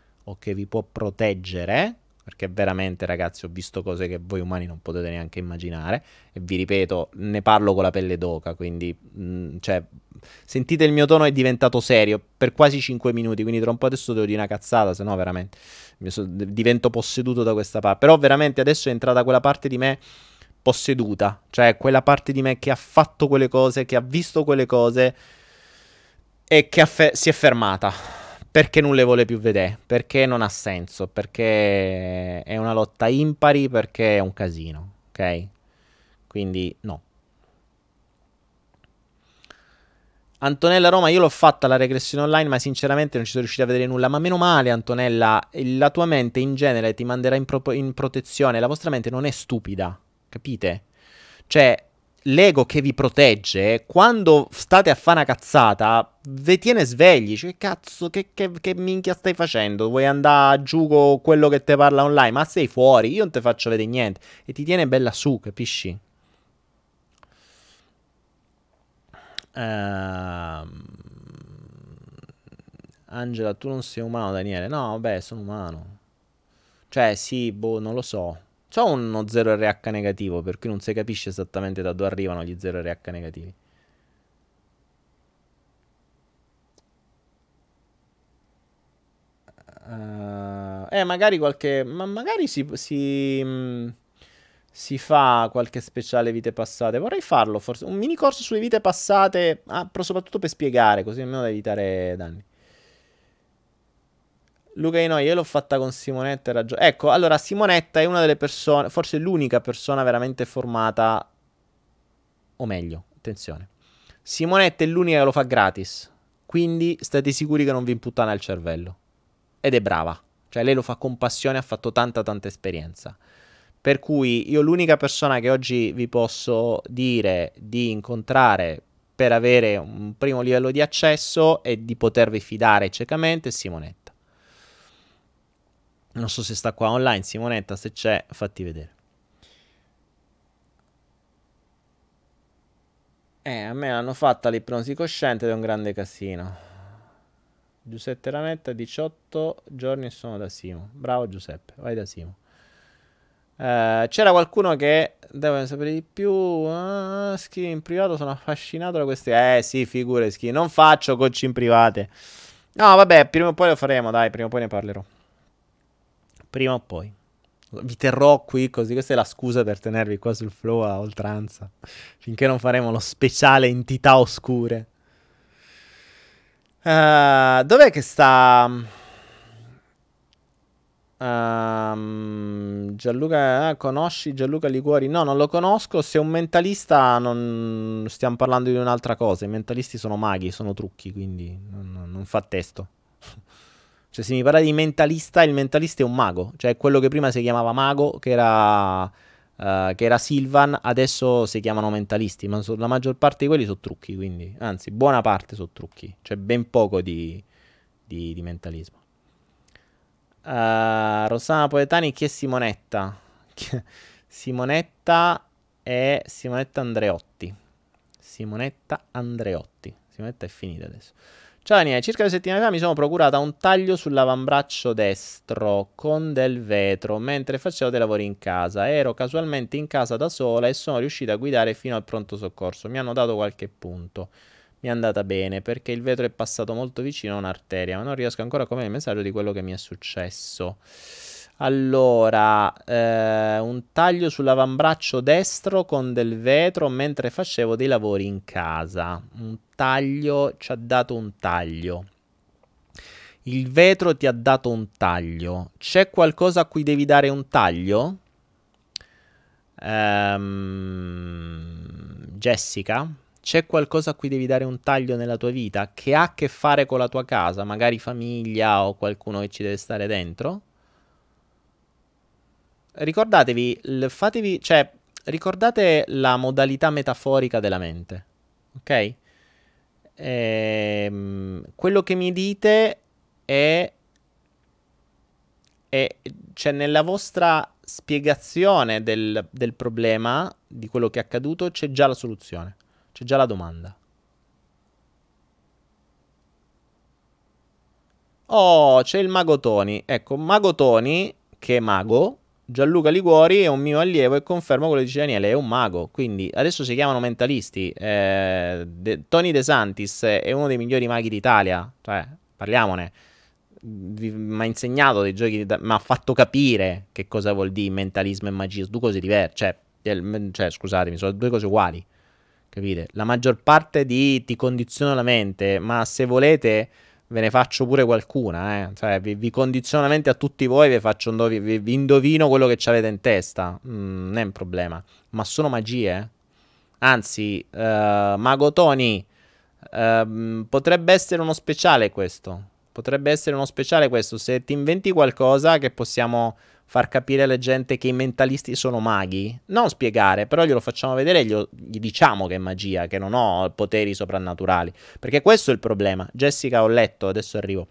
perché veramente ragazzi ho visto cose che voi umani non potete neanche immaginare e vi ripeto, ne parlo con la pelle d'oca, quindi cioè, sentite il mio tono è diventato serio per quasi 5 minuti, quindi tra un po' adesso devo dire una cazzata, se no veramente divento posseduto da questa parte, però veramente adesso è entrata quella parte di me posseduta, cioè quella parte di me che ha fatto quelle cose, che ha visto quelle cose e che si è fermata. Perché non le vuole più vedere? Perché non ha senso? Perché è una lotta impari? Perché è un casino, ok? Quindi no. Antonella Roma, io l'ho fatta la regressione online, ma sinceramente non ci sono riuscito a vedere nulla. Ma meno male, Antonella, la tua mente in genere ti manderà in protezione. La vostra mente non è stupida, capite? Cioè, l'ego che vi protegge, quando state a fare una cazzata, vi tiene svegli. Cioè, cazzo, che minchia stai facendo? Vuoi andare giù con quello che te parla online? Ma sei fuori, io non ti faccio vedere niente. E ti tiene bella su, capisci? Angela, tu non sei umano, Daniele. No, vabbè, sono umano. Cioè, sì, boh, non lo so. C'ho uno 0RH negativo, per cui non si capisce esattamente da dove arrivano gli 0RH negativi. Magari qualche. Ma magari si fa qualche speciale vite passate. Vorrei farlo, forse. Un mini corso sulle vite passate. Soprattutto per spiegare, così almeno da evitare danni. Luca Ino, io l'ho fatta con Simonetta, ecco, allora Simonetta è una delle persone, forse l'unica persona veramente formata, o meglio, attenzione, Simonetta è l'unica che lo fa gratis, quindi state sicuri che non vi imputtana il cervello. Ed è brava, cioè lei lo fa con passione, ha fatto tanta esperienza. Per cui io l'unica persona che oggi vi posso dire di incontrare per avere un primo livello di accesso e di potervi fidare ciecamente è Simonetta. Non so se sta qua online, Simonetta, se c'è, fatti vedere. A me l'hanno fatta l'ipnosi cosciente ed è un grande casino. Giuseppe Rametta, 18 giorni e sono da Simo. Bravo Giuseppe, vai da Simo. C'era qualcuno che deve sapere di più. Skin in privato, sono affascinato da queste. Sì, figure skin. Non faccio coach in private. No, vabbè, prima o poi lo faremo, dai, prima o poi ne parlerò. Prima o poi. Vi terrò qui così, questa è la scusa per tenervi qua sul flow a oltranza. Finché non faremo lo speciale entità oscure. Dov'è che sta? Gianluca, conosci Gianluca Liguori? No, non lo conosco. Se è un mentalista, non stiamo parlando di un'altra cosa. I mentalisti sono maghi, sono trucchi, quindi non fa testo. Cioè, se mi parla di mentalista, il mentalista è un mago. Cioè, quello che prima si chiamava mago, che era Sylvan, adesso si chiamano mentalisti. Ma la maggior parte di quelli sono trucchi, quindi. Anzi, buona parte sono trucchi. C'è ben poco di mentalismo. Rossana Poetani, chi è Simonetta? Simonetta è Simonetta Andreotti. Simonetta Andreotti. Simonetta è finita adesso. Ciao Daniele, circa 2 settimane fa mi sono procurata un taglio sull'avambraccio destro con del vetro mentre facevo dei lavori in casa. Ero casualmente in casa da sola e sono riuscita a guidare fino al pronto soccorso. Mi hanno dato qualche punto. Mi è andata bene perché il vetro è passato molto vicino a un'arteria, ma non riesco ancora a cogliere il messaggio di quello che mi è successo. Allora, un taglio sull'avambraccio destro con del vetro mentre facevo dei lavori in casa. Un taglio, ci ha dato un taglio. Il vetro ti ha dato un taglio. C'è qualcosa a cui devi dare un taglio? Jessica? C'è qualcosa a cui devi dare un taglio nella tua vita che ha a che fare con la tua casa, magari famiglia o qualcuno che ci deve stare dentro? Ricordatevi, cioè, ricordate la modalità metaforica della mente, ok? Quello che mi dite è, è cioè nella vostra spiegazione del problema, di quello che è accaduto, c'è già la soluzione, c'è già la domanda. Oh, c'è il Mago Tony. Ecco, Mago Tony, che è mago, Gianluca Liguori è un mio allievo e confermo quello che dice Daniele, è un mago. Quindi adesso si chiamano mentalisti. Tony De Santis è uno dei migliori maghi d'Italia. Cioè, parliamone. Mi ha insegnato dei giochi, mi ha fatto capire che cosa vuol dire mentalismo e magia. Due cose diverse. Cioè, scusatemi, sono due cose uguali. Capite? La maggior parte di ti condiziona la mente, ma se volete ve ne faccio pure qualcuna, Cioè, vi condiziono la mente a tutti voi, vi indovino quello che avete in testa. Non è un problema. Ma sono magie, eh? Anzi, Mago Tony, potrebbe essere uno speciale questo. Potrebbe essere uno speciale questo. Se ti inventi qualcosa che possiamo far capire alla gente che i mentalisti sono maghi, non spiegare, però glielo facciamo vedere e gli diciamo che è magia, che non ho poteri soprannaturali. Perché questo è il problema. Jessica, ho letto, adesso arrivo.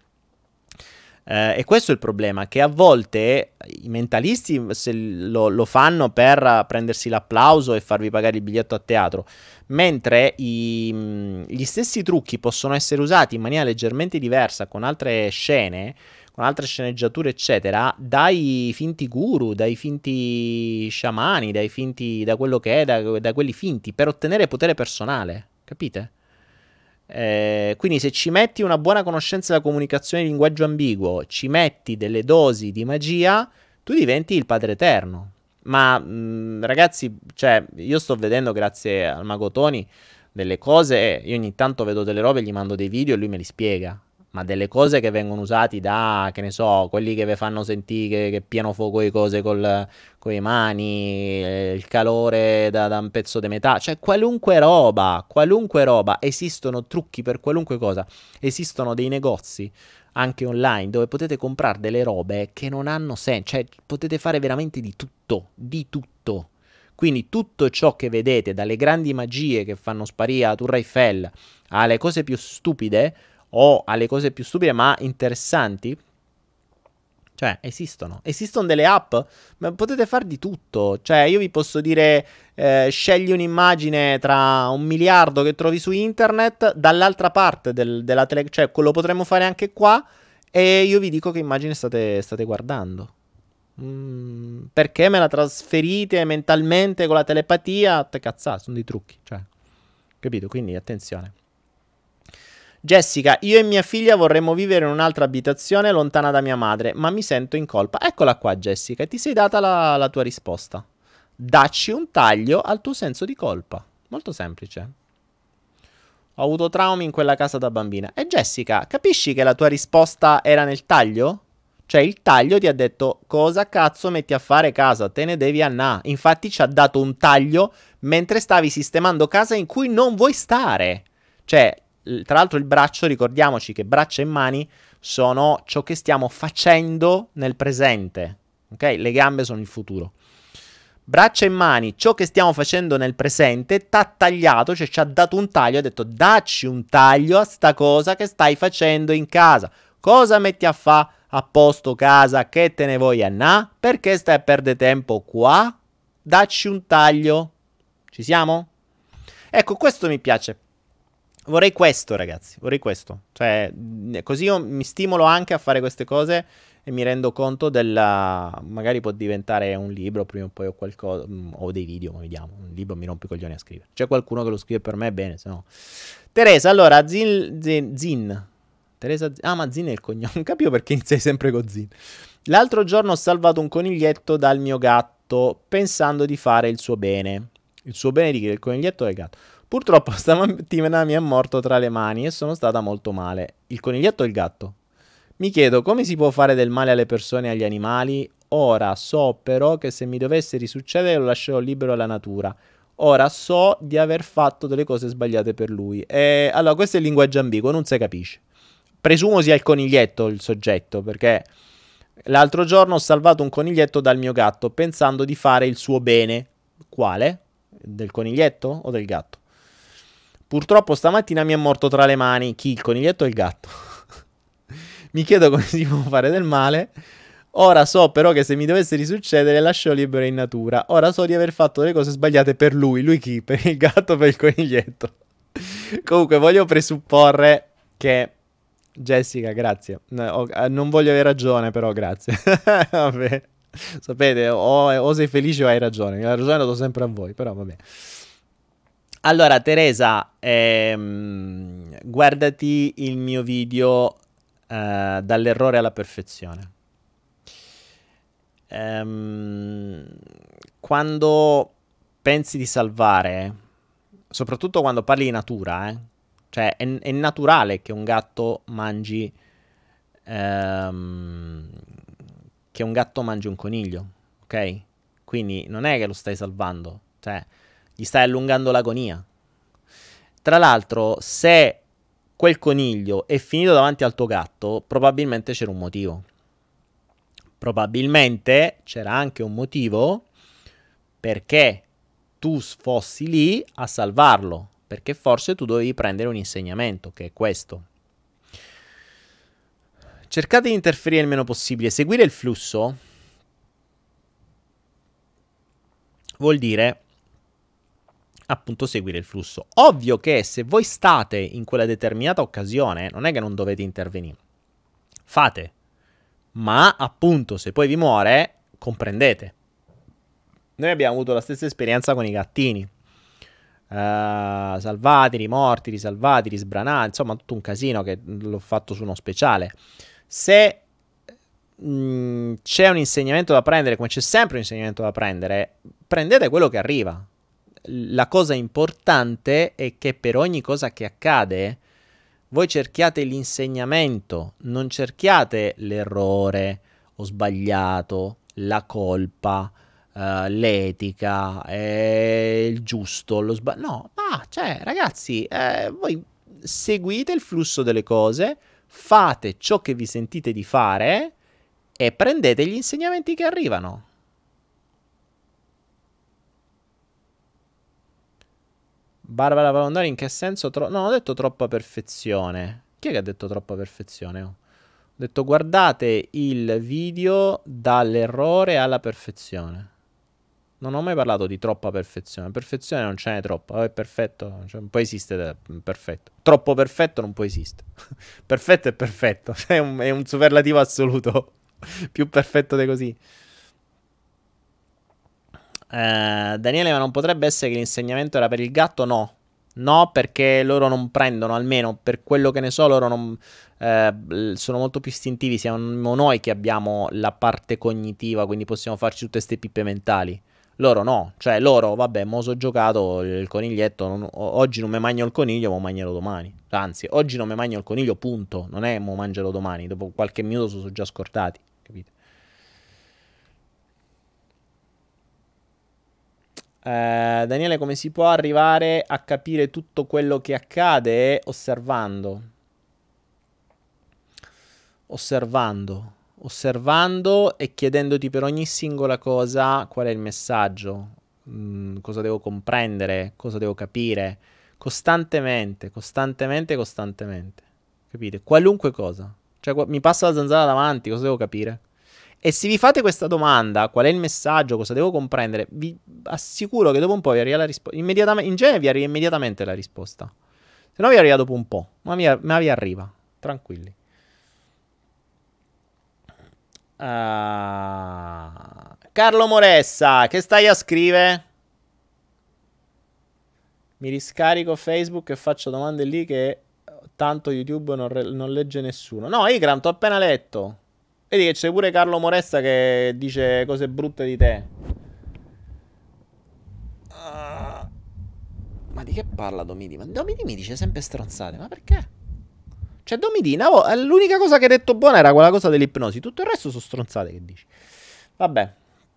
E questo è il problema, che a volte i mentalisti lo fanno per prendersi l'applauso e farvi pagare il biglietto a teatro, mentre gli stessi trucchi possono essere usati in maniera leggermente diversa, con altre scene, con altre sceneggiature, eccetera, dai finti guru, dai finti sciamani, da quello che è, da quelli finti, per ottenere potere personale, capite? Quindi se ci metti una buona conoscenza della comunicazione in linguaggio ambiguo, ci metti delle dosi di magia, tu diventi il padre eterno. Ma ragazzi, cioè, io sto vedendo grazie al Mago Tony delle cose, io ogni tanto vedo delle robe, gli mando dei video e lui me li spiega. Ma delle cose che vengono usate da, che ne so, quelli che vi fanno sentire che piano fuoco le cose con le mani, il calore da un pezzo di metà, cioè qualunque roba, esistono trucchi per qualunque cosa, esistono dei negozi anche online dove potete comprare delle robe che non hanno senso, cioè potete fare veramente di tutto, di tutto. Quindi tutto ciò che vedete, dalle grandi magie che fanno sparire la Tour Eiffel alle cose più stupide, o alle cose più stupide ma interessanti, cioè esistono delle app, ma potete fare di tutto. Cioè io vi posso dire, scegli un'immagine tra 1 miliardo che trovi su internet, dall'altra parte della tele, cioè lo potremmo fare anche qua, e io vi dico che immagine state guardando. Perché me la trasferite mentalmente con la telepatia? Te cazzate, sono dei trucchi, cioè, capito? Quindi attenzione. Jessica, io e mia figlia vorremmo vivere in un'altra abitazione lontana da mia madre, ma mi sento in colpa. Eccola qua, Jessica, ti sei data la tua risposta. Dacci un taglio al tuo senso di colpa. Molto semplice. Ho avuto traumi in quella casa da bambina. E Jessica, capisci che la tua risposta era nel taglio? Cioè il taglio ti ha detto cosa cazzo metti a fare casa, te ne devi annà. Infatti ci ha dato un taglio mentre stavi sistemando casa in cui non vuoi stare. Cioè, tra l'altro il braccio, ricordiamoci che braccia e mani sono ciò che stiamo facendo nel presente. Ok? Le gambe sono il futuro. Braccia e mani, ciò che stiamo facendo nel presente, t'ha tagliato, cioè ci ha dato un taglio, ha detto dacci un taglio a sta cosa che stai facendo in casa. Cosa metti a fa a posto casa, che te ne vuoi annà? Perché stai a perdere tempo qua? Dacci un taglio. Ci siamo? Ecco, questo mi piace. Vorrei questo, ragazzi, vorrei questo. Cioè, così io mi stimolo anche a fare queste cose e mi rendo conto della... Magari può diventare un libro prima o poi o qualcosa, o dei video, ma vediamo. Un libro mi rompo i coglioni a scrivere. C'è qualcuno che lo scrive per me, bene, se no... Teresa, allora, Zin. Teresa, ma Zin è il cognome, non capivo perché iniziai sempre con Zin. L'altro giorno ho salvato un coniglietto dal mio gatto, pensando di fare il suo bene. Il suo bene di chi? Del coniglietto o del gatto? Purtroppo stamattina mi è morto tra le mani e sono stata molto male. Il coniglietto o il gatto? Mi chiedo come si può fare del male alle persone e agli animali. Ora so però che se mi dovesse risuccedere lo lascerò libero alla natura. Ora so di aver fatto delle cose sbagliate per lui. Allora, questo è il linguaggio ambiguo, non si capisce. Presumo sia il coniglietto il soggetto, perché l'altro giorno ho salvato un coniglietto dal mio gatto pensando di fare il suo bene. Quale? Del coniglietto o del gatto? Purtroppo stamattina mi è morto tra le mani. Chi? Il coniglietto o il gatto? Mi chiedo come si può fare del male. Ora so però che se mi dovesse risuccedere lascio libero in natura. Ora so di aver fatto delle cose sbagliate per lui. Lui chi? Per il gatto o per il coniglietto? Comunque voglio presupporre che... Jessica, grazie. Non voglio avere ragione, però grazie. Vabbè. Sapete, o sei felice o hai ragione. La ragione la do sempre a voi, però vabbè. Allora, Teresa, guardati il mio video dall'errore alla perfezione. Quando pensi di salvare, soprattutto quando parli di natura, cioè è naturale che un gatto mangi che un gatto mangi un coniglio, ok? Quindi non è che lo stai salvando, cioè gli stai allungando l'agonia. Tra l'altro, se quel coniglio è finito davanti al tuo gatto, probabilmente c'era un motivo. Probabilmente c'era anche un motivo perché tu fossi lì a salvarlo, perché forse tu dovevi prendere un insegnamento, che è questo. Cercate di interferire il meno possibile. Seguire il flusso vuol dire appunto seguire il flusso. Ovvio che se voi state in quella determinata occasione, non è che non dovete intervenire. Fate. Ma appunto se poi vi muore, comprendete. Noi abbiamo avuto la stessa esperienza con i gattini. Salvati, rimorti, risalvati, risbranati, insomma tutto un casino che l'ho fatto su uno speciale. Se c'è un insegnamento da prendere, come c'è sempre un insegnamento da prendere, prendete quello che arriva. La cosa importante è che per ogni cosa che accade voi cerchiate l'insegnamento, non cerchiate l'errore, ho sbagliato, la colpa, l'etica, il giusto, lo sbaglio. No, cioè, ragazzi, voi seguite il flusso delle cose, fate ciò che vi sentite di fare e prendete gli insegnamenti che arrivano. Barbara Valondari in che senso? No, non ho detto troppa perfezione. Chi è che ha detto troppa perfezione? Ho detto guardate il video dall'errore alla perfezione. Non ho mai parlato di troppa perfezione. Perfezione non ce n'è troppa. È perfetto, cioè, non può esistere perfetto. Troppo perfetto non può esistere. Perfetto è perfetto. È un superlativo assoluto. Più perfetto di così. Daniele, ma non potrebbe essere che l'insegnamento era per il gatto? No. No, perché loro non prendono, almeno per quello che ne so, loro non, sono molto più istintivi. Siamo noi che abbiamo la parte cognitiva, quindi possiamo farci tutte queste pippe mentali. Loro no, cioè loro, vabbè, mo so giocato il coniglietto, oggi non mi mangio il coniglio, ma mangerò domani. Anzi, oggi non mi mangio il coniglio, punto. Non è mo mangerò domani, dopo qualche minuto sono già scordati, capite? Daniele, come si può arrivare a capire tutto quello che accade? Osservando. Osservando. Osservando e chiedendoti per ogni singola cosa qual è il messaggio, cosa devo comprendere, cosa devo capire. Costantemente, costantemente, costantemente. Capite? Qualunque cosa. Cioè, mi passa la zanzara davanti, cosa devo capire? E se vi fate questa domanda, qual è il messaggio, cosa devo comprendere, vi assicuro che dopo un po' vi arriva la risposta. Immediatamente, in genere vi arriva immediatamente la risposta. Se no vi arriva dopo un po', ma vi arriva. Tranquilli. Carlo Moressa, che stai a scrivere? Mi riscarico Facebook e faccio domande lì che tanto YouTube non legge nessuno. No, Igram, t'ho appena letto. Vedi che c'è pure Carlo Moressa che dice cose brutte di te. Ma di che parla Domidi? Ma Domidi mi dice sempre stronzate, ma perché? Cioè Domidi, no, l'unica cosa che ha detto buona era quella cosa dell'ipnosi, tutto il resto sono stronzate che dici. Vabbè.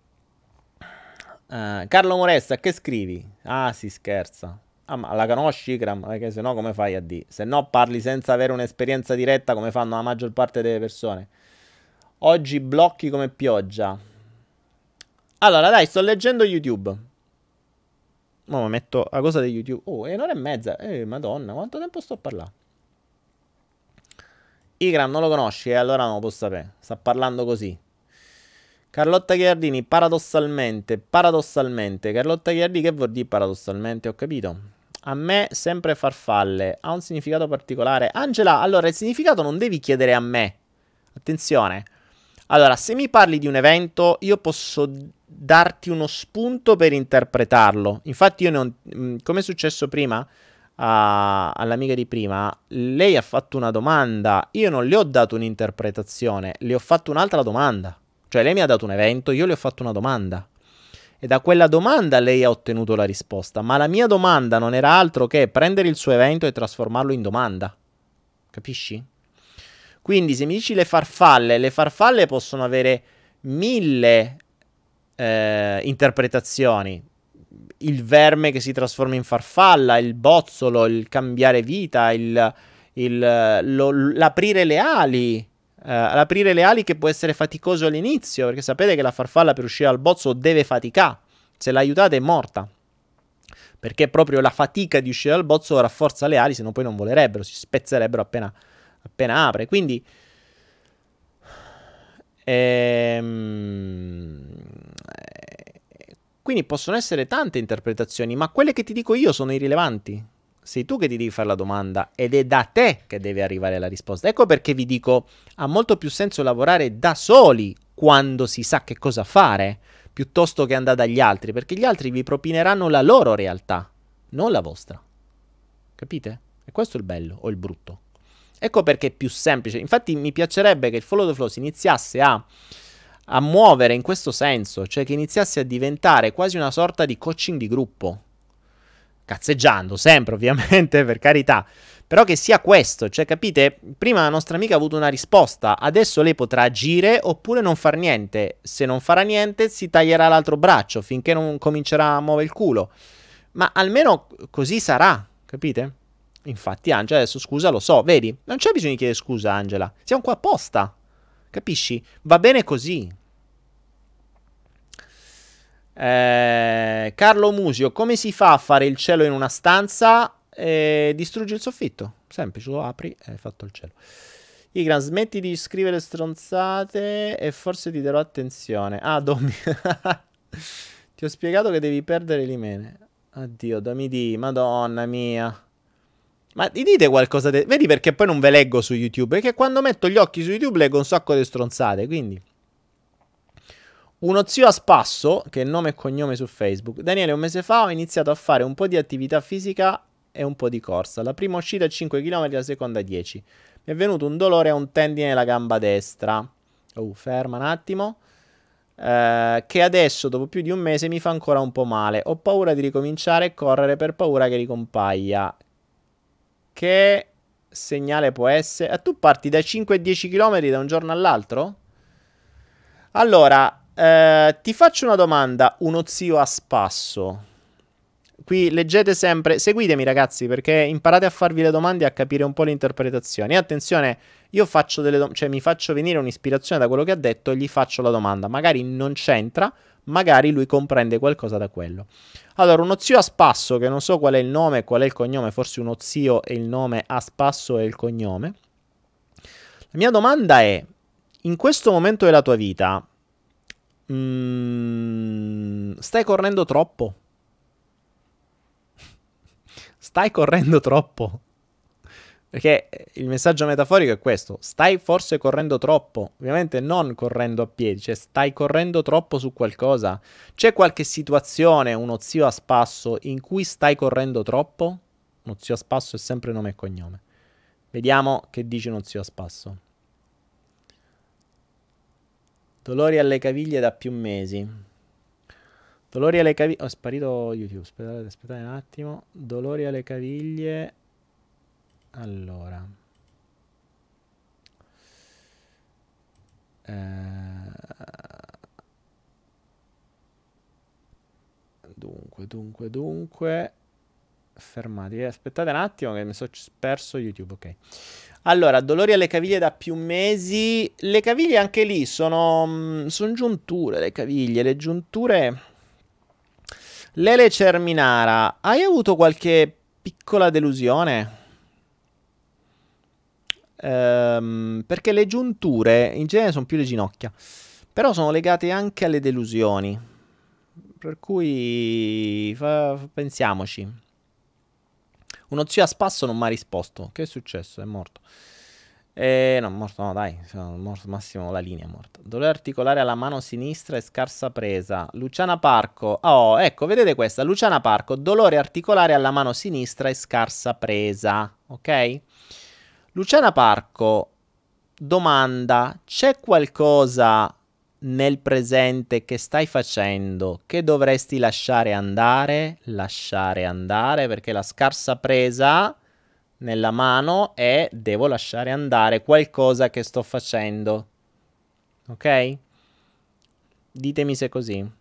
Carlo Moressa, che scrivi? Ah, si scherza. Ah, ma la conosci Ikram? Perché se no come fai a dire? Se no parli senza avere un'esperienza diretta come fanno la maggior parte delle persone. Oggi blocchi come pioggia. Allora, dai, sto leggendo YouTube. Mo' mi metto la cosa di YouTube. Oh, è un'ora e mezza. Madonna, quanto tempo sto a parlare? Igram non lo conosci e allora non lo posso sapere. Sta parlando così. Carlotta Ghiardini, paradossalmente. Carlotta Ghiardini, che vuol dire paradossalmente? Ho capito. A me sempre farfalle. Ha un significato particolare. Angela, allora il significato non devi chiedere a me. Attenzione. Allora, se mi parli di un evento, io posso darti uno spunto per interpretarlo. Infatti io non, come è successo prima all'amica di prima, lei ha fatto una domanda, io non le ho dato un'interpretazione, le ho fatto un'altra domanda. Cioè lei mi ha dato un evento, io le ho fatto una domanda. E da quella domanda lei ha ottenuto la risposta. Ma la mia domanda non era altro che prendere il suo evento e trasformarlo in domanda. Capisci? Quindi se mi dici le farfalle possono avere mille interpretazioni. Il verme che si trasforma in farfalla, il bozzolo, il cambiare vita, l'aprire le ali. L'aprire le ali che può essere faticoso all'inizio, perché sapete che la farfalla per uscire dal bozzolo deve faticare. Se l'aiutate è morta. Perché proprio la fatica di uscire dal bozzolo rafforza le ali, se no poi non volerebbero, si spezzerebbero appena apre. Quindi quindi possono essere tante interpretazioni, ma quelle che ti dico io sono irrilevanti. Sei tu che ti devi fare la domanda ed è da te che deve arrivare la risposta. Ecco perché vi dico, ha molto più senso lavorare da soli quando si sa che cosa fare, piuttosto che andare dagli altri, perché gli altri vi propineranno la loro realtà, non la vostra. Capite? E questo è il bello o il brutto. Ecco perché è più semplice. Infatti mi piacerebbe che il Follow the Flow si iniziasse a muovere in questo senso, cioè che iniziasse a diventare quasi una sorta di coaching di gruppo. Cazzeggiando, sempre ovviamente, per carità. Però che sia questo, cioè capite? Prima la nostra amica ha avuto una risposta, adesso lei potrà agire oppure non far niente. Se non farà niente si taglierà l'altro braccio finché non comincerà a muovere il culo. Ma almeno così sarà, capite? Infatti Angela adesso scusa lo so, vedi? Non c'è bisogno di chiedere scusa Angela, siamo qua apposta, capisci? Va bene così. Carlo Musio, come si fa a fare il cielo in una stanza? Distruggi il soffitto, semplice, lo apri e hai fatto il cielo. Igran, smetti di scrivere stronzate e forse ti darò attenzione. Ah, Domi. Ti ho spiegato che devi perdere l'imene. Addio, Domi, madonna mia. Ma dite qualcosa. Vedi perché poi non ve leggo su YouTube? Perché quando metto gli occhi su YouTube leggo un sacco di stronzate. Quindi Uno zio a spasso, che è nome e cognome su Facebook. Daniele, un mese fa ho iniziato a fare un po' di attività fisica e un po' di corsa. La prima uscita 5 km, la seconda 10. Mi è venuto un dolore a un tendine nella gamba destra. Ferma un attimo. Che adesso, dopo più di un mese, mi fa ancora un po' male. Ho paura di ricominciare a correre per paura che ricompaia. Che segnale può essere? Tu parti da 5-10 km da un giorno all'altro? Allora, ti faccio una domanda, uno zio a spasso. Qui leggete sempre, seguitemi ragazzi perché imparate a farvi le domande e a capire un po' le interpretazioni. E attenzione, io faccio delle domande, cioè mi faccio venire un'ispirazione da quello che ha detto e gli faccio la domanda. Magari non c'entra, magari lui comprende qualcosa da quello. Allora, uno zio a spasso, che non so qual è il nome e qual è il cognome, forse uno zio è il nome, a spasso è il cognome. La mia domanda è, in questo momento della tua vita, stai correndo troppo? Stai correndo troppo? Perché il messaggio metaforico è questo: stai forse correndo troppo. Ovviamente non correndo a piedi, cioè stai correndo troppo su qualcosa. C'è qualche situazione, uno zio a spasso, in cui stai correndo troppo? Uno zio a spasso è sempre nome e cognome. Vediamo che dice uno zio a spasso. Dolori alle caviglie da più mesi. Dolori alle caviglie. Oh, è sparito YouTube. Aspettate un attimo. Dolori alle caviglie. Allora. Dunque. Fermatevi. Aspettate un attimo che mi sono perso YouTube. Ok. Allora, dolori alle caviglie da più mesi. Le caviglie anche lì sono giunture. Le caviglie, le giunture. Lele Cerminara, hai avuto qualche piccola delusione? Perché le giunture in genere sono più le ginocchia, però sono legate anche alle delusioni. Per cui pensiamoci. Uno zio a spasso non mi ha risposto. Che è successo? È morto. No, morto no, dai. Morto, massimo la linea è morta. Dolore articolare alla mano sinistra e scarsa presa. Luciana Parco. Oh, ecco, vedete questa. Luciana Parco. Dolore articolare alla mano sinistra e scarsa presa. Ok? Luciana Parco domanda: c'è qualcosa nel presente che stai facendo che dovresti lasciare andare? Lasciare andare perché la scarsa presa nella mano è devo lasciare andare qualcosa che sto facendo. Ok? Ditemi se è così.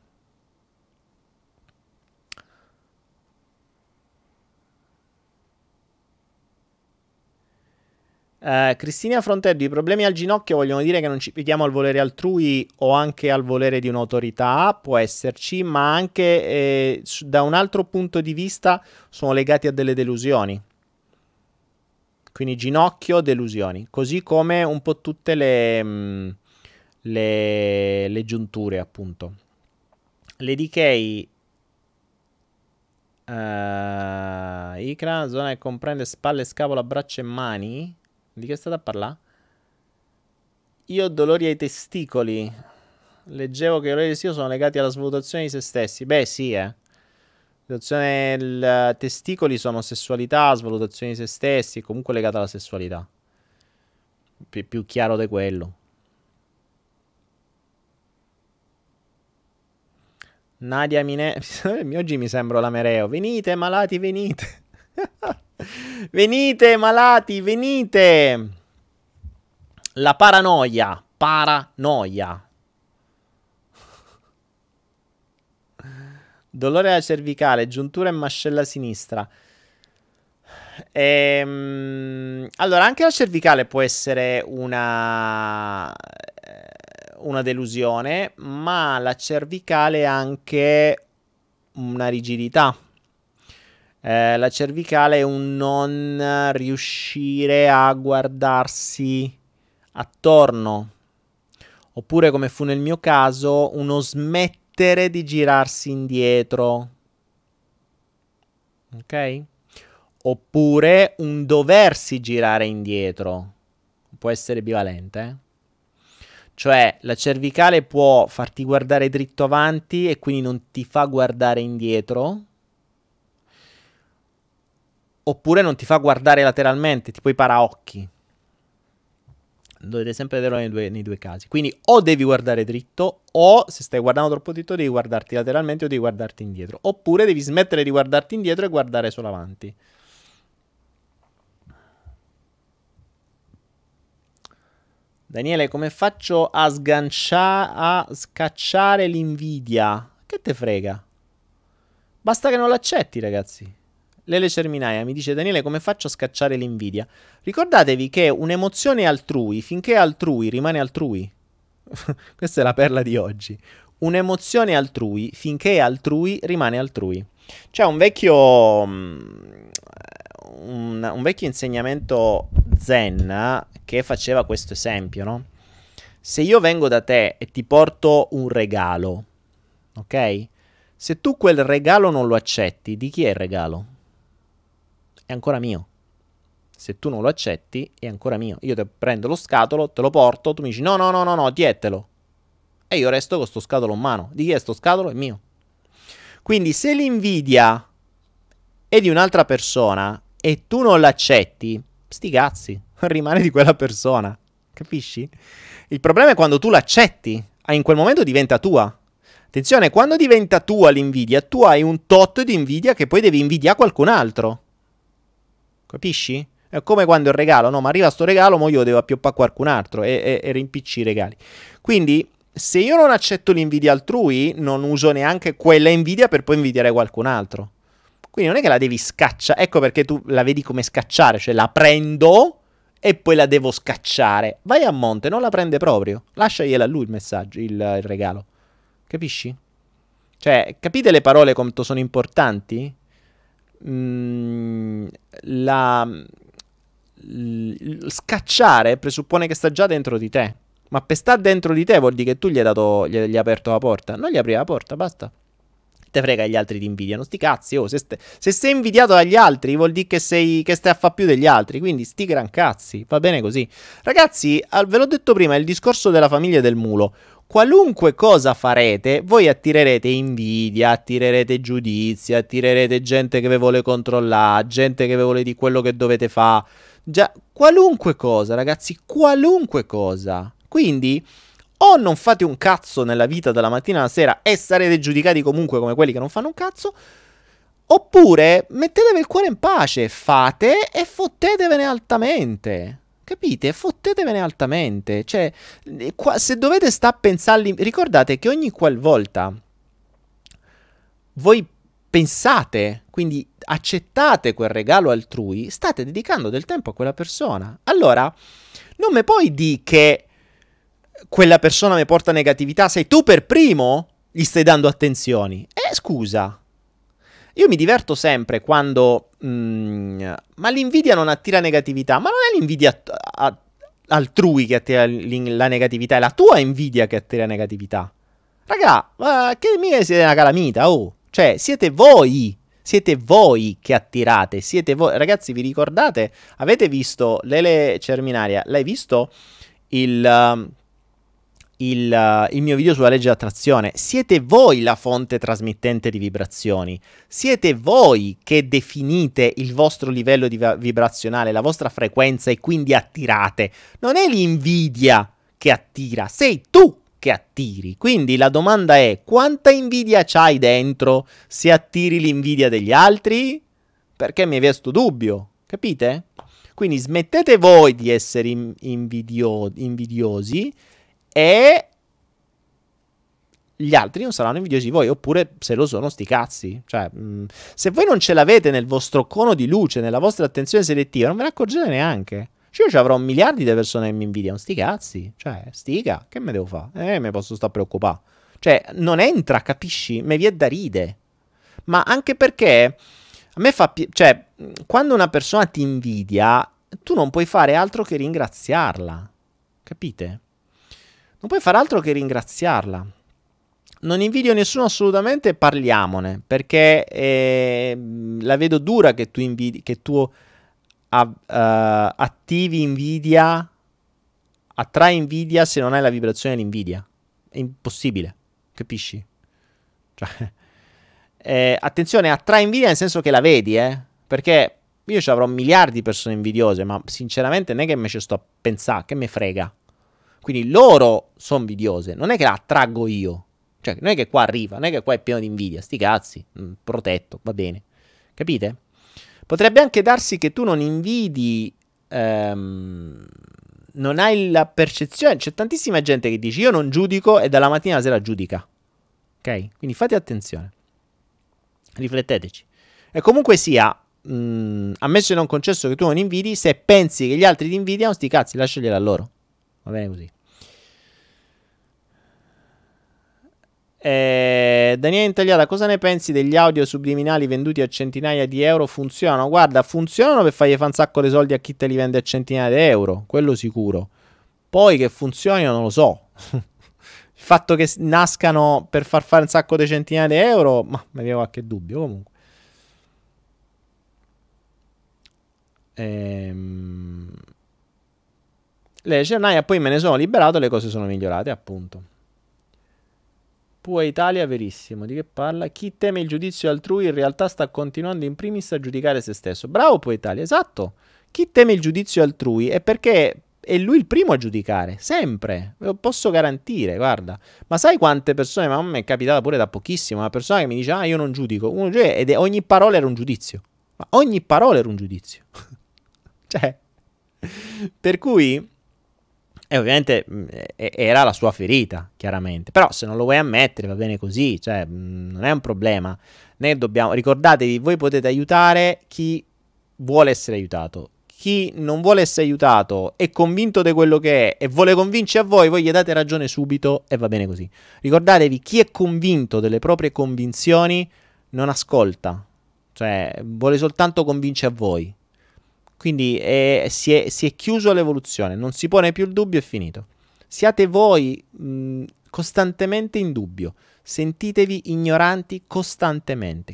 Cristina Frontelli, i problemi al ginocchio vogliono dire che non ci pieghiamo al volere altrui o anche al volere di un'autorità, può esserci, ma anche da un altro punto di vista sono legati a delle delusioni. Quindi ginocchio, delusioni, così come un po' tutte le giunture, appunto. Lady K, Icra, zona che comprende spalle, scapola, braccia e mani. Di che state a parlare? Io ho dolori ai testicoli. Leggevo che i dolori sono legati alla svalutazione di se stessi. Beh, sì, eh. Svalutazione dei testicoli sono sessualità, svalutazione di se stessi, comunque legata alla sessualità. Più chiaro di quello. Nadia Mine... Oggi mi sembro l'amereo. Venite, malati, venite. Venite, malati, venite. La paranoia. Paranoia. Dolore alla cervicale, giuntura e mascella sinistra. Allora, anche la cervicale può essere una delusione, ma la cervicale è anche una rigidità. La cervicale è un non riuscire a guardarsi attorno. Oppure, come fu nel mio caso, uno smettere di girarsi indietro. Ok? Oppure un doversi girare indietro. Può essere bivalente. Cioè, la cervicale può farti guardare dritto avanti e quindi non ti fa guardare indietro, oppure non ti fa guardare lateralmente, tipo i paraocchi. Dovete sempre vederlo nei due casi. Quindi o devi guardare dritto, o se stai guardando troppo dritto devi guardarti lateralmente o devi guardarti indietro. Oppure devi smettere di guardarti indietro e guardare solo avanti. Daniele, come faccio a scacciare l'invidia? Che te frega? Basta che non l'accetti, ragazzi. Lele Cerminaia mi dice: Daniele, come faccio a scacciare l'invidia? Ricordatevi che un'emozione altrui, finché è altrui, rimane altrui. Questa è la perla di oggi. Un'emozione altrui, finché è altrui, rimane altrui. C'è un vecchio insegnamento zen che faceva questo esempio, no? Se io vengo da te e ti porto un regalo, ok? Se tu quel regalo non lo accetti, di chi è il regalo? È ancora mio. Se tu non lo accetti, è ancora mio. Io te prendo lo scatolo, te lo porto, tu mi dici no, tietelo. E io resto con sto scatolo in mano. Di chi è sto scatolo? È mio. Quindi se l'invidia è di un'altra persona e tu non l'accetti, sti cazzi, rimane di quella persona. Capisci? Il problema è quando tu l'accetti, in quel momento diventa tua. Attenzione, quando diventa tua l'invidia, tu hai un tot di invidia che poi devi invidiare qualcun altro. Capisci? È come quando il regalo, no, ma arriva sto regalo, mo io devo appioppare qualcun altro e rimpicci i regali. Quindi, se io non accetto l'invidia altrui, non uso neanche quella invidia per poi invidiare qualcun altro. Quindi non è che la devi scacciare, ecco perché tu la vedi come scacciare, cioè la prendo e poi la devo scacciare. Vai a monte, non la prende proprio, lasciagliela a lui il messaggio, il regalo. Capisci? Cioè, capite le parole quanto sono importanti? Scacciare presuppone che sta già dentro di te. Ma per sta dentro di te vuol dire che tu gli hai aperto la porta. Non gli apri la porta, basta. Te frega, gli altri ti invidiano. Sti cazzi, oh, se sei invidiato dagli altri vuol dire che stai a fa più degli altri. Quindi sti gran cazzi, va bene così. Ragazzi, ve l'ho detto prima, il discorso della famiglia del mulo. Qualunque cosa farete, voi attirerete invidia, attirerete giudizi, attirerete gente che vi vuole controllare, gente che vi vuole di quello che dovete fare. Già, qualunque cosa, ragazzi, qualunque cosa. Quindi, o non fate un cazzo nella vita dalla mattina alla sera e sarete giudicati comunque come quelli che non fanno un cazzo, oppure mettetevi il cuore in pace, fate e fottetevene altamente. Capite? Fottetevene altamente. Cioè, se dovete sta a pensarli, ricordate che ogni qualvolta voi pensate, quindi accettate quel regalo altrui, state dedicando del tempo a quella persona. Allora, non mi puoi dire che quella persona mi porta negatività, sei tu per primo gli stai dando attenzioni. Scusa. Io mi diverto sempre quando... ma l'invidia non attira negatività. Ma non è l'invidia altrui che attira la negatività, è la tua invidia che attira negatività. Raga, che mica siete una calamita, oh. Cioè, siete voi che attirate, siete voi. Ragazzi, vi ricordate? Avete visto Lele Cerminaria? L'hai visto il mio video sulla legge dell'attrazione? Siete voi la fonte trasmittente di vibrazioni. Siete voi che definite il vostro livello di vibrazionale, la vostra frequenza e quindi attirate. Non è l'invidia che attira, sei tu che attiri. Quindi la domanda è: quanta invidia c'hai dentro se attiri l'invidia degli altri? Perché mi viene sto dubbio, capite? Quindi smettete voi di essere invidiosi e gli altri non saranno invidiosi di voi, oppure se lo sono sti cazzi. Cioè, se voi non ce l'avete nel vostro cono di luce, nella vostra attenzione selettiva, non ve ne accorgete neanche. Cioè, io ci avrò miliardi di persone che mi invidiano, sti cazzi. Cioè, stica, che me devo fare? Me posso stare preoccupare. Cioè, non entra, capisci? Mi viene da ride. Ma anche perché a me fa... cioè, quando una persona ti invidia, tu non puoi fare altro che ringraziarla. Capite? Non puoi fare altro che ringraziarla. Non invidio nessuno assolutamente, parliamone, perché la vedo dura che tu attivi invidia attrae invidia se non hai la vibrazione dell'invidia. È impossibile, capisci? Cioè, attenzione, attrae invidia nel senso che la vedi, perché io ci avrò miliardi di persone invidiose, ma sinceramente non è che me ci sto a pensare, che me frega. Quindi loro sono invidiose, non è che la attraggo io. Cioè, non è che qua arriva, non è che qua è pieno di invidia, sti cazzi, protetto, va bene. Capite? Potrebbe anche darsi che tu non invidi, non hai la percezione. C'è tantissima gente che dice io non giudico e dalla mattina alla sera giudica. Ok? Quindi fate attenzione. Rifletteteci. E comunque sia, ammesso e non concesso che tu non invidi, se pensi che gli altri ti invidiano, sti cazzi, lasciagliela a loro. Va bene così. Daniele Intagliata, cosa ne pensi degli audio subliminali venduti a centinaia di euro? Funzionano? Guarda, funzionano per fargli fare un sacco di soldi a chi te li vende a centinaia di euro, quello sicuro. Poi che funzionino non lo so. Il fatto che nascano per far fare un sacco di centinaia di euro, ma mi aveva qualche dubbio comunque. Le cernaia, poi me ne sono liberato, le cose sono migliorate, appunto. Pua Italia, verissimo. Di che parla? Chi teme il giudizio altrui in realtà sta continuando in primis a giudicare se stesso. Bravo Pua Italia, esatto. Chi teme il giudizio altrui è perché è lui il primo a giudicare, sempre. Ve lo posso garantire, guarda. Ma sai quante persone, ma a me è capitata pure da pochissimo, una persona che mi dice io non giudico. Ed ogni parola era un giudizio. Ma ogni parola era un giudizio. Cioè, per cui... E ovviamente era la sua ferita, chiaramente. Però se non lo vuoi ammettere va bene così, cioè non è un problema. Ne dobbiamo... Ricordatevi, voi potete aiutare chi vuole essere aiutato. Chi non vuole essere aiutato è convinto di quello che è e vuole convincere a voi gli date ragione subito e va bene così. Ricordatevi, chi è convinto delle proprie convinzioni non ascolta. Cioè, vuole soltanto convincere a voi. Quindi si è chiuso all'evoluzione, non si pone più il dubbio, è finito. Siate voi costantemente in dubbio, sentitevi ignoranti costantemente.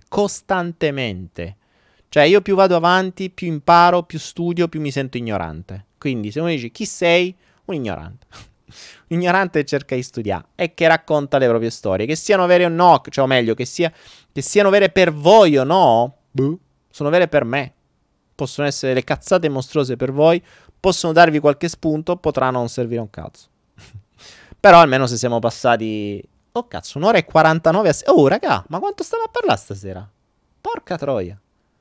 Cioè io più vado avanti, più imparo, più studio, più mi sento ignorante. Quindi se uno dice chi sei? Un ignorante. Un ignorante che cerca di studiare e che racconta le proprie storie, che siano vere o no, cioè o meglio, che siano vere per voi o no, sono vere per me. Possono essere delle cazzate mostruose per voi, possono darvi qualche spunto, potranno non servire un cazzo. Però almeno se siamo passati... Oh cazzo, un'ora e 49 a... Oh raga, ma quanto stavo a parlare stasera? Porca troia.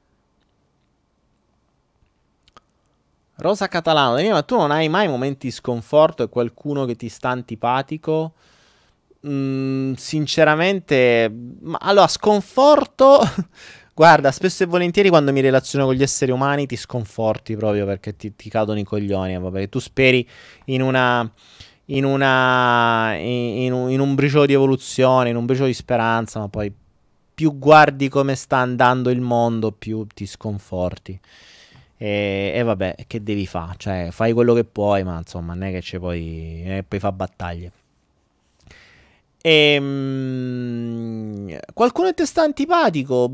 Rosa Catalano, Daniele, ma tu non hai mai momenti di sconforto e qualcuno che ti sta antipatico? Sinceramente... Allora, sconforto... Guarda, spesso e volentieri quando mi relaziono con gli esseri umani ti sconforti proprio perché ti cadono i coglioni. Perché tu speri in un briciolo di evoluzione, in un briciolo di speranza, ma poi più guardi come sta andando il mondo, più ti sconforti. E vabbè, che devi fare? Cioè, fai quello che puoi, ma insomma, non è che puoi fare battaglie. Qualcuno che ti sta antipatico?